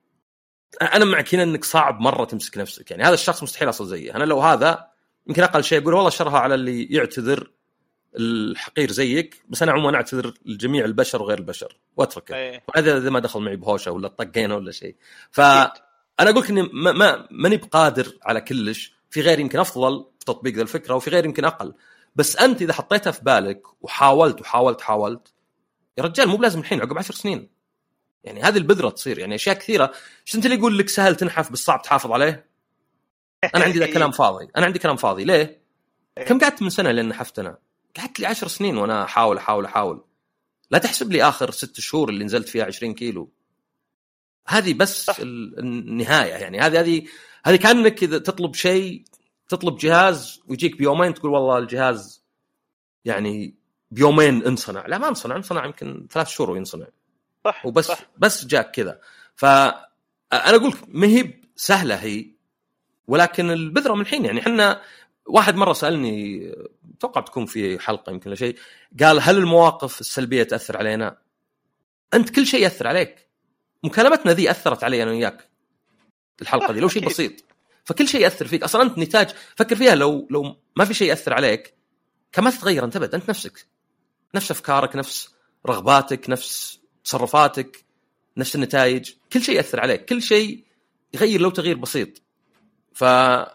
A: انا معك هنا انك صعب مره تمسك نفسك، يعني هذا الشخص مستحيل اصل زيه. انا لو هذا يمكن اقل شيء اقول والله شرها على اللي يعتذر الحقير زيك، بس انا عموما اعتذر لجميع البشر وغير البشر واتركه، هذا اذا ما دخل معي بهوشه ولا طقينا ولا شيء. فانا اقول لك اني ماني بقادر على كلش، في غير يمكن افضل في تطبيق ذا الفكره وفي غير يمكن اقل، بس انت اذا حطيتها في بالك وحاولت يا رجال مو بلازم الحين، عقب 10 سنين يعني هذه البذره تصير. يعني اشياء كثيره شو انت اللي يقول لك سهل تنحف بس صعب تحافظ عليه. انا عندي ذا كلام فاضي، انا عندي كلام فاضي. ليه؟ كم قعدت من سنه لين نحفت؟ انا قعدت لي 10 سنين وانا احاول. لا تحسب لي اخر 6 شهور اللي نزلت فيها 20 كيلو، هذه بس النهايه. يعني هذه كانك اذا تطلب جهاز ويجيك بيومين تقول والله الجهاز يعني بيومين انصنع. لا ما انصنع يمكن 3 شهور وينصنع،
B: صح
A: وبس
B: صح.
A: بس جاك كذا. فانا اقول ما هي سهله هي، ولكن البذره من الحين. يعني احنا واحد مره سالني، اتوقع تكون في حلقه يمكن لا شيء، قال هل المواقف السلبيه تاثر علينا؟ انت كل شيء ياثر عليك. مكالمتنا ذي اثرت علي انا وياك، الحلقه دي لو شيء بسيط، فكل شيء ياثر فيك. اصلا انت نتاج، فكر فيها، لو ما في شيء ياثر عليك كما تتغير انت انت نفس افكارك، نفس رغباتك، نفس تصرفاتك، نفس النتائج، كل شيء ياثر عليك، كل شيء يغير لو تغيير بسيط. فهذه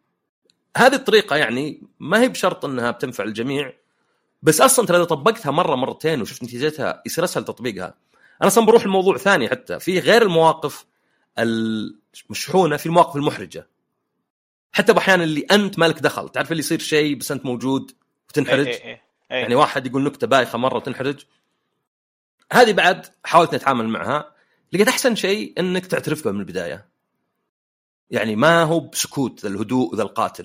A: الطريقه يعني ما هي بشرط انها بتنفع الجميع، بس اصلا ترى اذا طبقتها مره مرتين وشفت نتيجتها يصير اسهل تطبيقها. انا اصلا بروح الموضوع ثاني، حتى في غير المواقف المشحونه في المواقف المحرجه، حتى باحيان اللي انت مالك دخل، تعرف اللي يصير شيء بس انت موجود وتنحرج. يعني واحد يقول نكته بايخه مره وتنحرج، هذه بعد حاولت نتعامل معها، لقيت احسن شيء انك تعترف به من البدايه. يعني ما هو بسكوت ذا الهدوء ذا القاتل،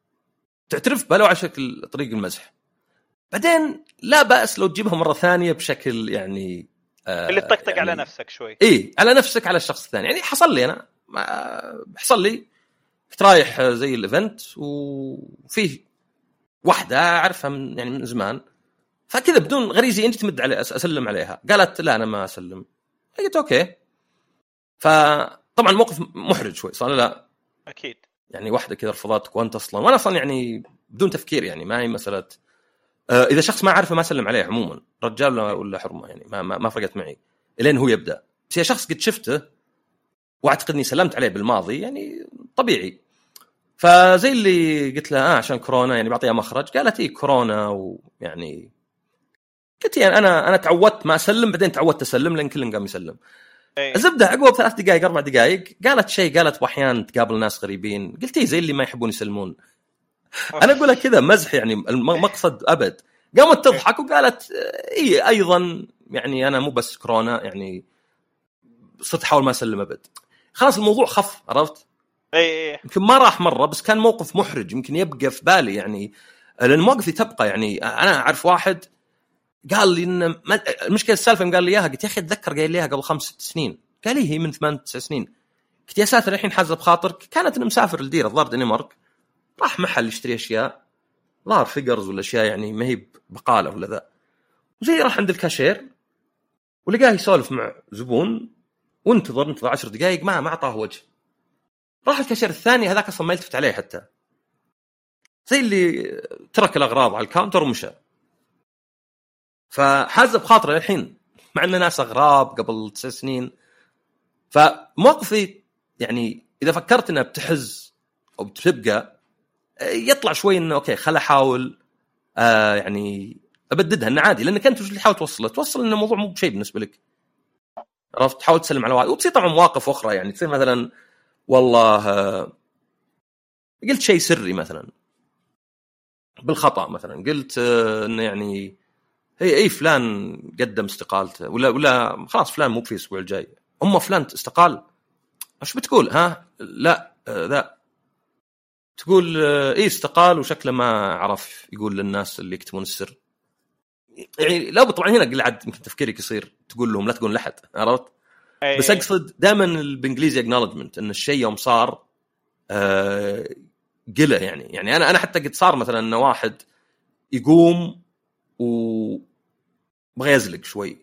A: تعترف به لو على شكل طريق المزح، بعدين لا بأس لو تجيبها مرة ثانية بشكل يعني
B: اللي تطقطق يعني على نفسك شوي.
A: على نفسك، على الشخص الثاني. يعني حصل لي أنا، حصل لي كنت رايح زي الإيفنت وفيه واحدة أعرفها من زمان، فكذا بدون غريزي أنت تمد علي أسلم عليها، قالت لا أنا ما أسلم. قلت أوكي. فطبعا موقف محرج شوي صار، لا
B: أكيد
A: يعني واحدة كذا رفضتك وأنت أصلا، وأنا أصلا يعني بدون تفكير، يعني ما هي مسألة إذا شخص ما أعرفه ما أسلم عليه عموما، رجال ولا حرمة، يعني ما فرقت معي إلين هو يبدأ. بس يا شخص قد شفته وأعتقدني سلمت عليه بالماضي يعني طبيعي. فزي اللي قلت له عشان كورونا يعني بعطيها مخرج، قالت إيه كورونا، ويعني قلت يعني أنا تعودت ما أسلم، بعدين تعودت أسلم لأن كلن قام يسلم. الزبدة عقب 3 دقائق 4 دقائق قالت شيء، قالت وأحيان تقابل ناس غريبين، قلت زي اللي ما يحبون يسلمون. أنا أقولها كذا مزح يعني المقصد أبد. قامت تضحك وقالت إيه أيضا يعني أنا مو بس كورونا، يعني صرت أحاول ما أسلم أبد. خلاص الموضوع خف، عرفت؟ يمكن ما راح مرة، بس كان موقف محرج يمكن يبقى في بالي، يعني لأن مواقفي تبقى. يعني أنا أعرف واحد قال لي إن المشكلة السالفة قال لي إياها، قلت يا أخي أتذكر قال لي إياها قبل 5-6 سنين، قال لي هي من 8-9 سنين. قلت يا ساتر الحين حازة بخاطرك. كانت أنا مسافر لديرة ضار دنمارك، راح محل يشتري أشياء ظهر فيجرز ولا أشياء يعني ما هي بقالة ولا ذا، وزي راح عند الكاشير ولقاه يسولف مع زبون وانتظر 10 دقائق ما أعطاه وجه. راح الكاشير الثاني هذاك أصلا ما يلتفت عليه حتى، زي اللي ترك الأغراض على الكاونتر ومشى. فحازة بخاطره الحين مع أن ناس أغراب قبل 9 سنين. فموقفي يعني إذا فكرت أنها بتحز أو بتبقى يطلع شوي إنه أوكي خل أحاول يعني أبددها إنه عادي، لأنك أنت وش اللي حاول توصل إنه الموضوع مو بشيء بالنسبة لك، عرفت؟ تحاول تسلم على واحد وتصير طبعا مواقف أخرى، يعني تصير مثلا والله قلت شيء سري مثلا بالخطا مثلا قلت انه يعني اي فلان قدم استقالته ولا خلاص فلان مو في الاسبوع الجاي، فلان استقال، ايش بتقول؟ لا ذا تقول ايه استقال وشكله ما عرف يقول للناس اللي يكتبون السر. يعني لا طبعا هنا قاعد يمكن تفكيرك يصير تقول لهم لا تقول لحد، عرفت؟ بس اقصد دائما بالانجليزي acknowledgement ان الشيء يوم صار قله. يعني انا حتى قد صار مثلا ان واحد يقوم وبغى يزلق شوي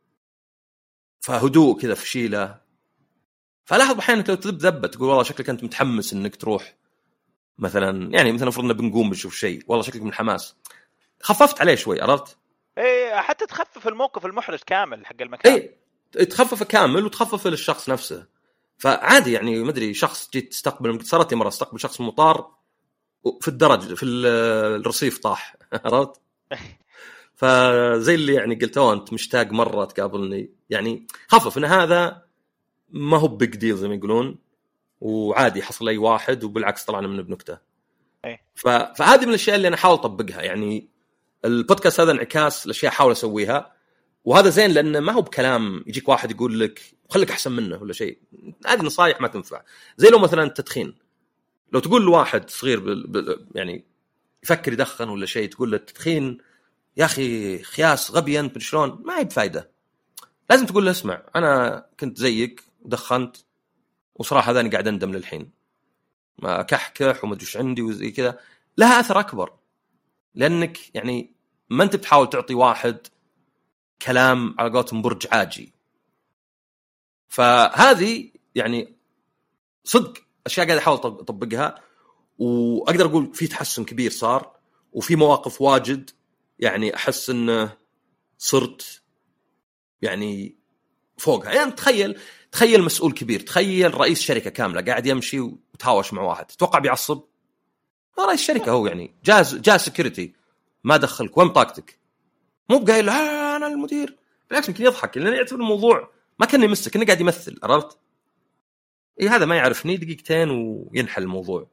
A: فهدوء كذا في شيله، فلاحظ احيانا لو تذب ذبه تقول والله شكلك انت متحمس انك تروح مثلا، يعني مثلا فرضنا بنقوم بنشوف شيء والله شكلك من حماس، خففت عليه شوي، عرفت؟
B: ايه حتى تخفف الموقف المحرج كامل حق المكان.
A: ايه تخففه كامل وتخففه للشخص نفسه. فعادي يعني ما ادري شخص جيت تستقبل، صارت مره استقبل شخص المطار في الدرج في الرصيف طاح عرفت؟ فزي اللي يعني قلت انت مشتاق مره تقابلني، يعني خفف ان هذا ما هو بيج ديل زي ما يقولون، وعادي حصل اي واحد، وبالعكس طلعنا منه بنكته. فهذه من الاشياء اللي انا احاول اطبقها. يعني البودكاست هذا انعكاس الاشياء احاول اسويها، وهذا زين لانه ما هو بكلام يجيك واحد يقول لك خليك احسن منه ولا شيء. هذه نصايح ما تنفع. زي لو مثلا التدخين، لو تقول لواحد صغير يعني يفكر يدخن ولا شيء، تقول له التدخين يا اخي خياس غبي انت شلون، ما هي بفايده. لازم تقول له اسمع انا كنت زيك ودخنت وصراحه هذا انا قاعد اندم للحين، ما كحكح وما ادري ايش عندي وزي كذا، لها اثر اكبر، لانك يعني ما انت بتحاول تعطي واحد كلام على قولتهم برج عاجي. فهذه يعني صدق اشياء قاعد احاول اطبقها، واقدر اقول في تحسن كبير صار، وفي مواقف واجد يعني احس انه صرت يعني فوقها. يعني تخيل مسؤول كبير، تخيل رئيس شركه كامله قاعد يمشي وتهاوش مع واحد، تتوقع بيعصب؟ رئيس الشركه هو يعني جاء سكيورتي ما دخلك وين طاقتك، مو بقايل انا المدير، بالعكس يمكن يضحك لانه يعتبر الموضوع ما كان يمسك، انه قاعد يمثل، عرفت؟ اي هذا ما يعرفني دقيقتين وينحل الموضوع.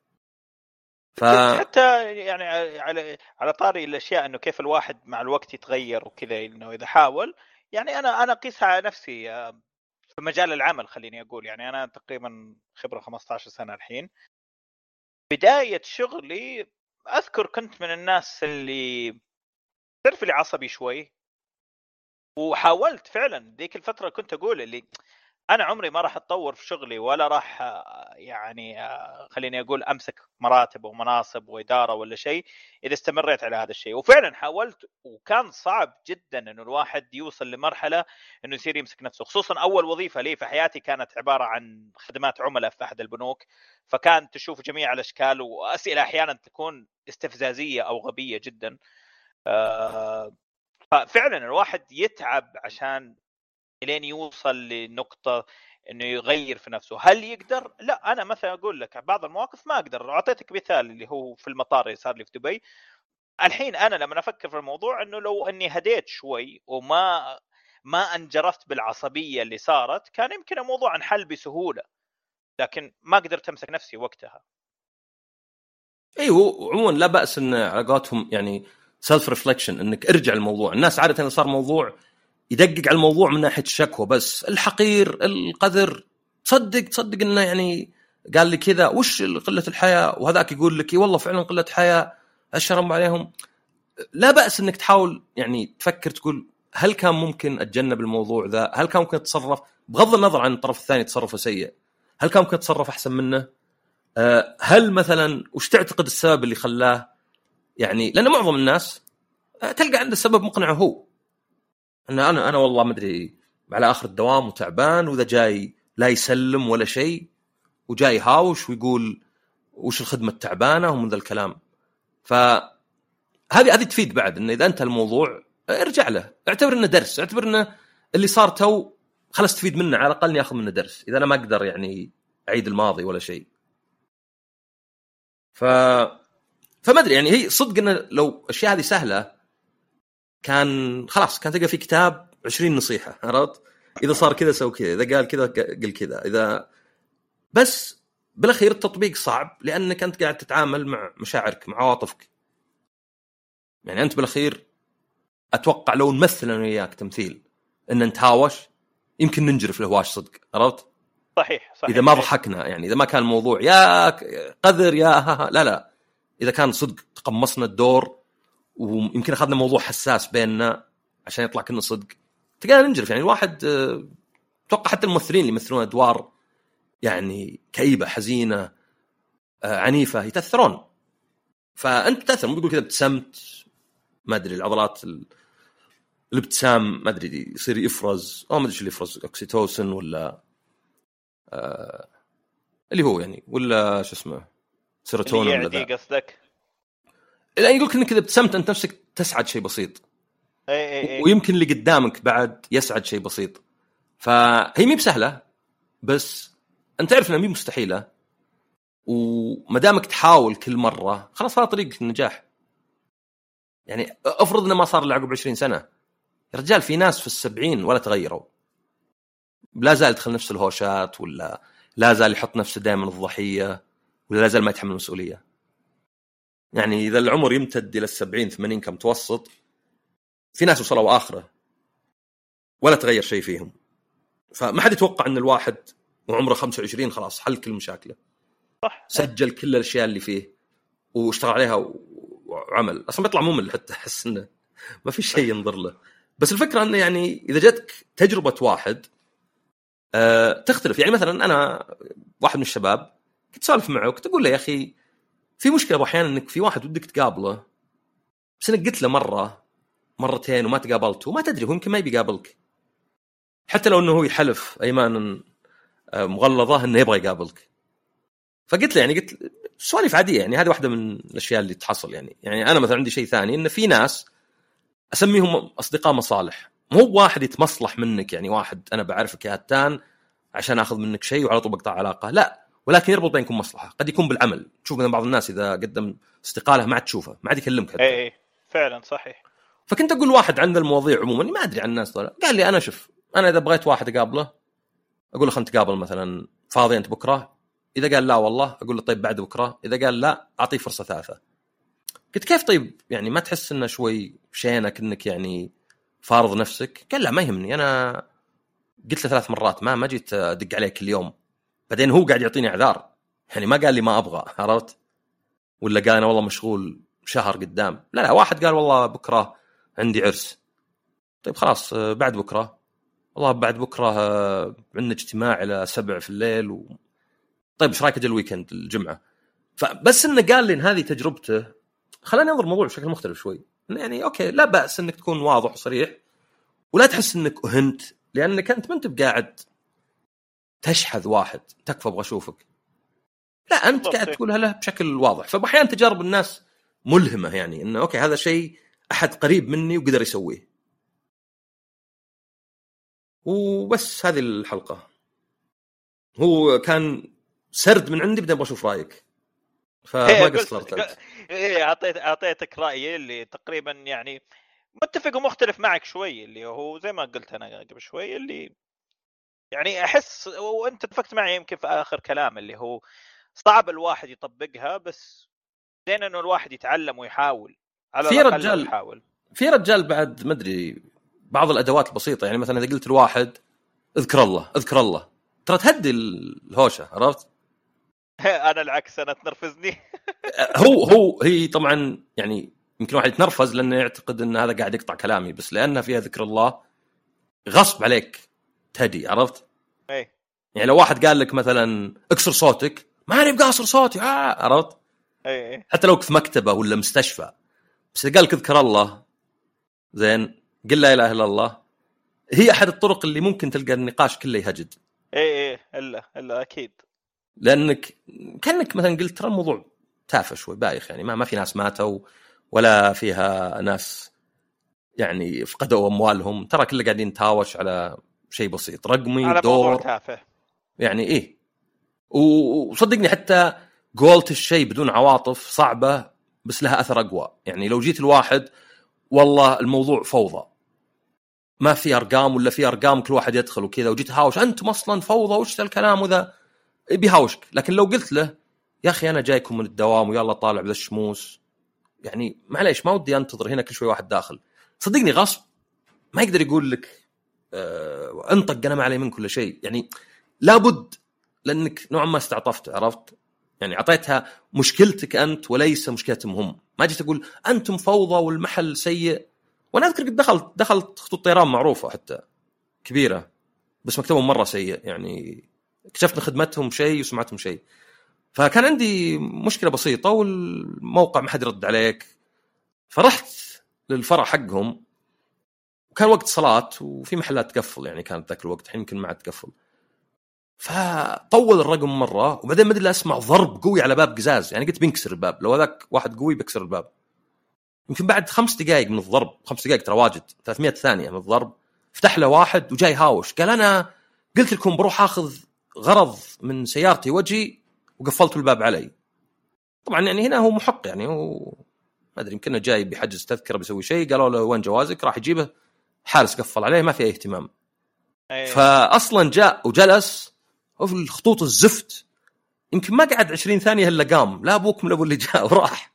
B: حتى يعني على طاري الاشياء انه كيف الواحد مع الوقت يتغير وكذا، انه اذا حاول يعني انا اقيسها على نفسي في مجال العمل. خليني اقول يعني انا تقريبا خبره 15 سنه الحين. بدايه شغلي اذكر كنت من الناس اللي تعرف اللي عصبي شوي، وحاولت فعلا ذيك الفتره كنت اقول اللي انا عمري ما راح اتطور في شغلي ولا راح يعني خليني اقول امسك مراتب ومناصب واداره ولا شيء اذا استمريت على هذا الشيء. وفعلا حاولت، وكان صعب جدا انه الواحد يوصل لمرحله انه يصير يمسك نفسه. خصوصا اول وظيفه لي في حياتي كانت عباره عن خدمات عملاء في احد البنوك، فكان تشوف جميع الاشكال واسئله احيانا تكون استفزازيه او غبيه جدا. ففعلا الواحد يتعب عشان لين يوصل لنقطة انه يغير في نفسه. هل يقدر؟ لا، انا مثلا اقول لك بعض المواقف ما اقدر. اعطيتك مثال اللي هو في المطار اللي صار لي في دبي. الحين انا لما افكر في الموضوع انه لو اني هديت شوي وما انجرفت بالعصبية اللي صارت كان يمكن الموضوع انحل بسهولة، لكن ما قدرت امسك نفسي وقتها.
A: ايوه عموما لا باس ان علاقاتهم يعني سيلف ريفلكشن، انك ارجع الموضوع. الناس عاده صار موضوع يدقق على الموضوع من ناحيه الشكوى بس، الحقير القذر، تصدق انه يعني قال لي كذا وش قله الحياه، وهذاك يقول لك والله فعلا قله حياه اشرم عليهم. لا باس انك تحاول يعني تفكر تقول هل كان ممكن اتجنب الموضوع ذا، هل كان ممكن اتصرف بغض النظر عن الطرف الثاني تصرفه سيء، هل كان ممكن اتصرف احسن منه؟ هل مثلا وش تعتقد السبب اللي خلاه؟ يعني لان معظم الناس تلقى عنده سبب مقنع، هو انا والله ما ادري على اخر الدوام وتعبان، واذا جاي لا يسلم ولا شيء وجاي هاوش ويقول وش الخدمه التعبانه ومن ذا الكلام. فهذه تفيد بعد ان اذا انت الموضوع ارجع له، اعتبر انه درس، اعتبر انه اللي صار تو خلاص تفيد منه، على الاقل ياخذ منه درس اذا انا ما اقدر يعني اعيد الماضي ولا شيء. فما ادري يعني هي صدق انه لو الاشياء هذه سهله كان خلاص كان تلقى في كتاب 20 نصيحه، عرفت؟ اذا صار كذا سوي كذا، اذا قال كذا قل كذا، اذا بس بالاخير التطبيق صعب لانك انت قاعد تتعامل مع مشاعرك مع عواطفك. يعني انت بالاخير اتوقع لو نمثل انا وياك تمثيل ان نتهاوش يمكن ننجرف الهواش صدق، عرفت؟
B: صحيح
A: اذا ما ضحكنا يعني، اذا ما كان الموضوع يا قذر يا لا اذا كان صدق تقمصنا الدور ويمكن اخذنا موضوع حساس بيننا عشان يطلع كنا صدق تقدر ننجرف. يعني الواحد اتوقع حتى الممثلين اللي يمثلون ادوار يعني كئيبه حزينه عنيفه يتاثرون. فانت تاثر، مو بيقول كذا ابتسمت ما ادري العضلات الابتسام ما ادري يصير يفرز او ما ادري ايش اللي يفرز، اوكسيتوسن ولا اللي هو يعني ولا شو اسمه سيروتونين ولا ذا
B: قصدك.
A: لا يقول لك انك اذا ابتسمت انت نفسك تسعد شيء بسيط.
B: أي.
A: ويمكن اللي قدامك بعد يسعد شيء بسيط. فهي مي بسهله بس انت تعرف انها مي مستحيله، وما دامك تحاول كل مره خلاص هذا طريقك النجاح. يعني افرض انه ما صار الا عقب 20 سنه يا رجال، في ناس في 70 ولا تغيروا، لا زال يدخل نفس الهوشات ولا لا زال يحط نفسه دائما الضحيه ولا لا زال ما يتحمل المسؤوليه. يعني اذا العمر يمتد الى 70-80 كمتوسط، في ناس وصلوا اخره ولا تغير شيء فيهم. فما حد يتوقع ان الواحد وعمره 25 خلاص حل كل مشاكله،
B: صح،
A: سجل كل الاشياء اللي فيه واشتغل عليها وعمل، اصلا بيطلع ممل حتى احس انه ما في شيء ينظر له. بس الفكره انه يعني اذا جتك تجربه واحد تختلف. يعني مثلا انا واحد من الشباب كنت سالف معه وكنت اقول له يا اخي في مشكله احيانا انك في واحد ودك تقابله بس انك قلت له مره مرتين وما تقابلته وما تدري هو يمكن ما يبي يقابلك، حتى لو انه هو يحلف ايمانا مغلظه انه يبغى يقابلك. فقلت له يعني قلت سوالف عاديه، يعني هذه واحده من الاشياء اللي تحصل. يعني انا مثلا عندي شيء ثاني، ان في ناس اسميهم اصدقاء مصالح، مو واحد يتمصلح منك، يعني واحد انا بعرفك يا هتان عشان اخذ منك شيء وعلى طول بقطع علاقه، لا، ولكن يربط بينكم مصلحه. قد يكون بالعمل، تشوف من بعض الناس اذا قدم استقاله ما عاد تشوفه، ما عاد يكلمك حتى.
B: اي فعلا صحيح.
A: فكنت اقول واحد عند المواضيع عموما ما ادري عن الناس دول، قال لي انا شوف انا اذا بغيت واحد اقابله اقول له خلينا نتقابل مثلا، فاضي انت بكره؟ اذا قال لا والله اقول له طيب بعد بكره، اذا قال لا اعطيه فرصه ثالثه. قلت كيف طيب يعني ما تحس انه شوي شينك انك يعني فارض نفسك؟ قال لا ما يهمني، انا قلت له 3 مرات ما جيت ادق عليه كل يوم. بعدين هو قاعد يعطيني اعذار، يعني ما قال لي ما ابغى، عرفت؟ ولا قال انا والله مشغول شهر قدام، لا واحد قال والله بكره عندي عرس. طيب خلاص بعد بكره، والله بعد بكره عندنا اجتماع الى 7 في الليل طيب ايش رايك اجي الويكند الجمعه؟ فبس انه قال لي ان هذه تجربته خلاني انظر الموضوع بشكل مختلف شوي. يعني اوكي لا باس انك تكون واضح وصريح ولا تحس انك اهنت لانك انت ما انت بقاعد تشحذ واحد تكفى ابغى اشوفك، لا انت قاعد تقولها له بشكل واضح. فاحيانا تجارب الناس ملهمه، يعني انه اوكي هذا شيء احد قريب مني وقدر يسويه. وبس هذه الحلقه، هو كان سرد من عندي، بدي ابغى اشوف رايك فما قصرت.
B: اعطيتك رايي اللي تقريبا يعني متفق ومختلف معك شوي، اللي هو زي ما قلت انا قبل شوي، اللي يعني احس وانت اتفقت معي يمكن في اخر كلام، اللي هو صعب الواحد يطبقها، بس زين انه الواحد يتعلم ويحاول على الاقل يحاول.
A: في رجال بعد ما ادري بعض الادوات البسيطه، يعني مثلا اذا قلت الواحد اذكر الله ترى تهدي الهوشه، عرفت؟
B: انا العكس، انا تنرفزني.
A: هي طبعا يعني يمكن واحد يتنرفز لانه يعتقد ان هذا قاعد يقطع كلامي، بس لانها فيها ذكر الله غصب عليك تهدي، عرفت؟
B: اي
A: يعني لو واحد قال لك مثلا اكسر صوتك، ما انا بقاصر صوتي عرفت؟
B: اي
A: حتى لو في مكتبه ولا مستشفى، بس اذا قال لك اذكر الله زين قل لا اله الا الله، هي احد الطرق اللي ممكن تلقى النقاش كله يهجد.
B: اي الا اكيد،
A: لانك كانك مثلا قلت ترى الموضوع تافه شوي بايخ، يعني ما في ناس ماتوا ولا فيها ناس يعني فقدوا اموالهم، ترى كله قاعدين نتهاوش على شيء بسيط رقمي
B: على
A: دور
B: موضوع تافه
A: يعني ايه. وصدقني حتى قولت الشيء بدون عواطف صعبه بس لها اثر اقوى. يعني لو جيت الواحد والله الموضوع فوضى ما في ارقام ولا في ارقام كل واحد يدخل وكذا، وجيت هاوش انتم اصلا فوضى وش الكلام وذا، بيهاوشك. لكن لو قلت له يا اخي انا جايكم من الدوام ويلا طالع بذا الشموس، يعني معليش ما ودي انتظر هنا كل شوي واحد داخل. صدقني غصب ما يقدر يقول لك انطق انا ما علي من كل شيء، يعني لابد، لانك نوعا ما استعطفت، عرفت يعني اعطيتها مشكلتك انت وليس مشكلتهم هم. ما جيت اقول انتم فوضى والمحل سيء، وانا اذكر قد دخلت خطوط طيران معروفه حتى كبيره بس مكتبهم مره سيء، يعني اكتشفت خدمتهم شيء وسمعتهم شيء. فكان عندي مشكله بسيطه والموقع ما حد يرد عليك، فرحت للفرع حقهم وكان وقت صلاه وفي محلات تقفل، يعني كانت ذاك الوقت الحين يمكن ما عاد تقفل. فطول الرقم مره وبعدين ما ادري اسمع ضرب قوي على باب قزاز، يعني قلت بينكسر الباب، لو هذاك واحد قوي بيكسر الباب. يمكن بعد 5 دقائق من الضرب، 5 دقائق ترى واجد، 300 ثانيه من الضرب، فتح له واحد وجاي هاوش قال انا قلت لكم بروح اخذ غرض من سيارتي وجي وقفلتوا الباب علي. طبعا يعني هنا هو محق، يعني هو ما ادري يمكن جاي بيحجز تذكره بيسوي شيء، قالوا له وين جوازك، راح يجيبه، حارس قفل عليه ما في اي اهتمام. فاصلا جاء وجلس وفي الخطوط الزفت، يمكن ما قعد 20 ثانيه الا قام، لا ابوكم لا ابو اللي جاء وراح.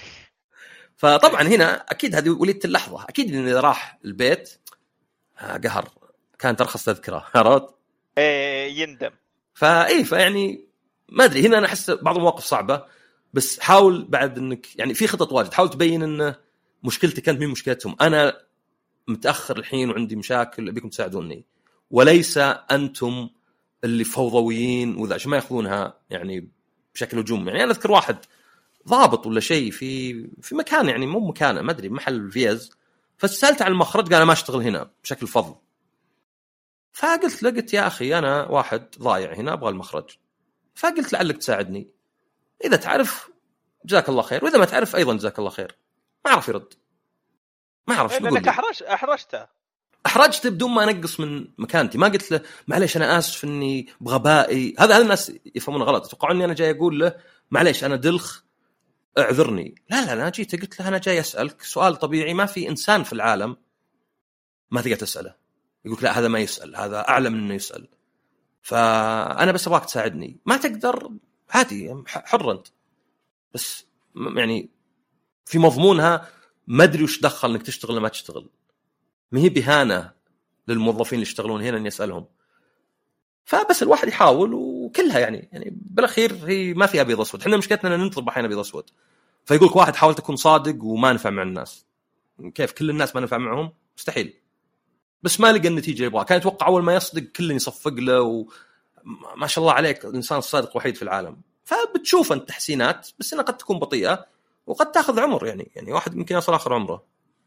A: فطبعا هنا اكيد هذه وليدة اللحظه، اكيد انه اذا راح البيت قهر، كانت ارخص تذكره، عرفت
B: يندم.
A: فيعني ما ادري، هنا انا احس بعض المواقف صعبه، بس حاول بعد انك يعني في خطط واجد، حاول تبين ان مشكلتك كانت من مشكلتهم، انا متاخر الحين وعندي مشاكل ابيكم تساعدوني، وليس انتم اللي فوضويين وذا، عشان ما ياخذونها يعني بشكل هجوم. يعني انا اذكر واحد ضابط ولا شيء في مكان، يعني مو مكانه ما ادري محل فيز، فسالت عن المخرج قال انا ما اشتغل هنا بشكل فضل. فقلت له قلت يا اخي انا واحد ضايع هنا ابغى المخرج، فقلت لعلك تساعدني، اذا تعرف جزاك الله خير، واذا ما تعرف ايضا جزاك الله خير. ما عرف يرد، ما اعرف ايش بقول.
B: لانك احرجته
A: بدون ما انقص من مكانتي. ما قلت له معليش انا اسف اني بغبائي، هذا الناس يفهمون غلط، يتوقعون اني انا جاي اقول له معليش انا دلخ اعذرني. لا انا جيت قلت له انا جاي اسالك سؤال طبيعي، ما في انسان في العالم ما تقدر تساله. يقولك لا هذا ما يسال، هذا اعلى من انه يسال، فانا بس ابغاك تساعدني. ما تقدر عادي حر انت، بس يعني في مضمونها ما ادري وش دخل انك تشتغل ولا ما تشتغل، ما هي بهانه للموظفين اللي يشتغلون هنا ان يسالهم. فبس الواحد يحاول وكلها يعني بالاخير هي ما في ابيض اسود، احنا مشكلتنا ان نطلب احيانا ابيض اسود. فيقولك واحد حاول تكون صادق وما نفع مع الناس، كيف كل الناس ما نفع معهم؟ مستحيل. بس ما لقى النتيجه يبغاها، كان يتوقع اول ما يصدق كل يصفق له وما شاء الله عليك الانسان الصادق وحيد في العالم. فبتشوف انت تحسينات بس انها قد تكون بطيئه وقد تاخذ عمر، يعني واحد ممكن يصل اخر عمره.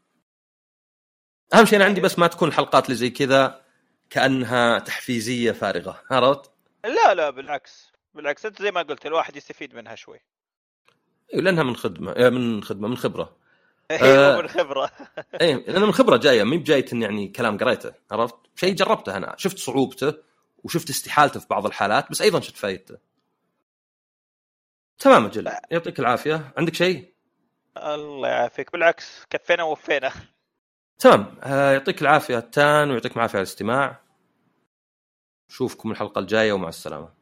A: اهم شيء انا عندي بس ما تكون الحلقات اللي زي كذا كانها تحفيزيه فارغه، عرفت؟
B: لا بالعكس انت زي ما قلت الواحد يستفيد منها شوي،
A: لانها من خبره من خبره.
B: من خبره.
A: انا من خبره جايه، مي بجايه يعني كلام قريته، عرفت؟ شيء جربته انا، شفت صعوبته وشفت استحالته في بعض الحالات، بس ايضا شفت فايدته. تمام اجل، يعطيك العافيه. عندك شيء؟
B: الله يعافيك، بالعكس كفينا ووفينا.
A: تمام، يعطيك العافيه تان، ويعطيك العافيه على الاستماع. نشوفكم الحلقه الجايه ومع السلامه.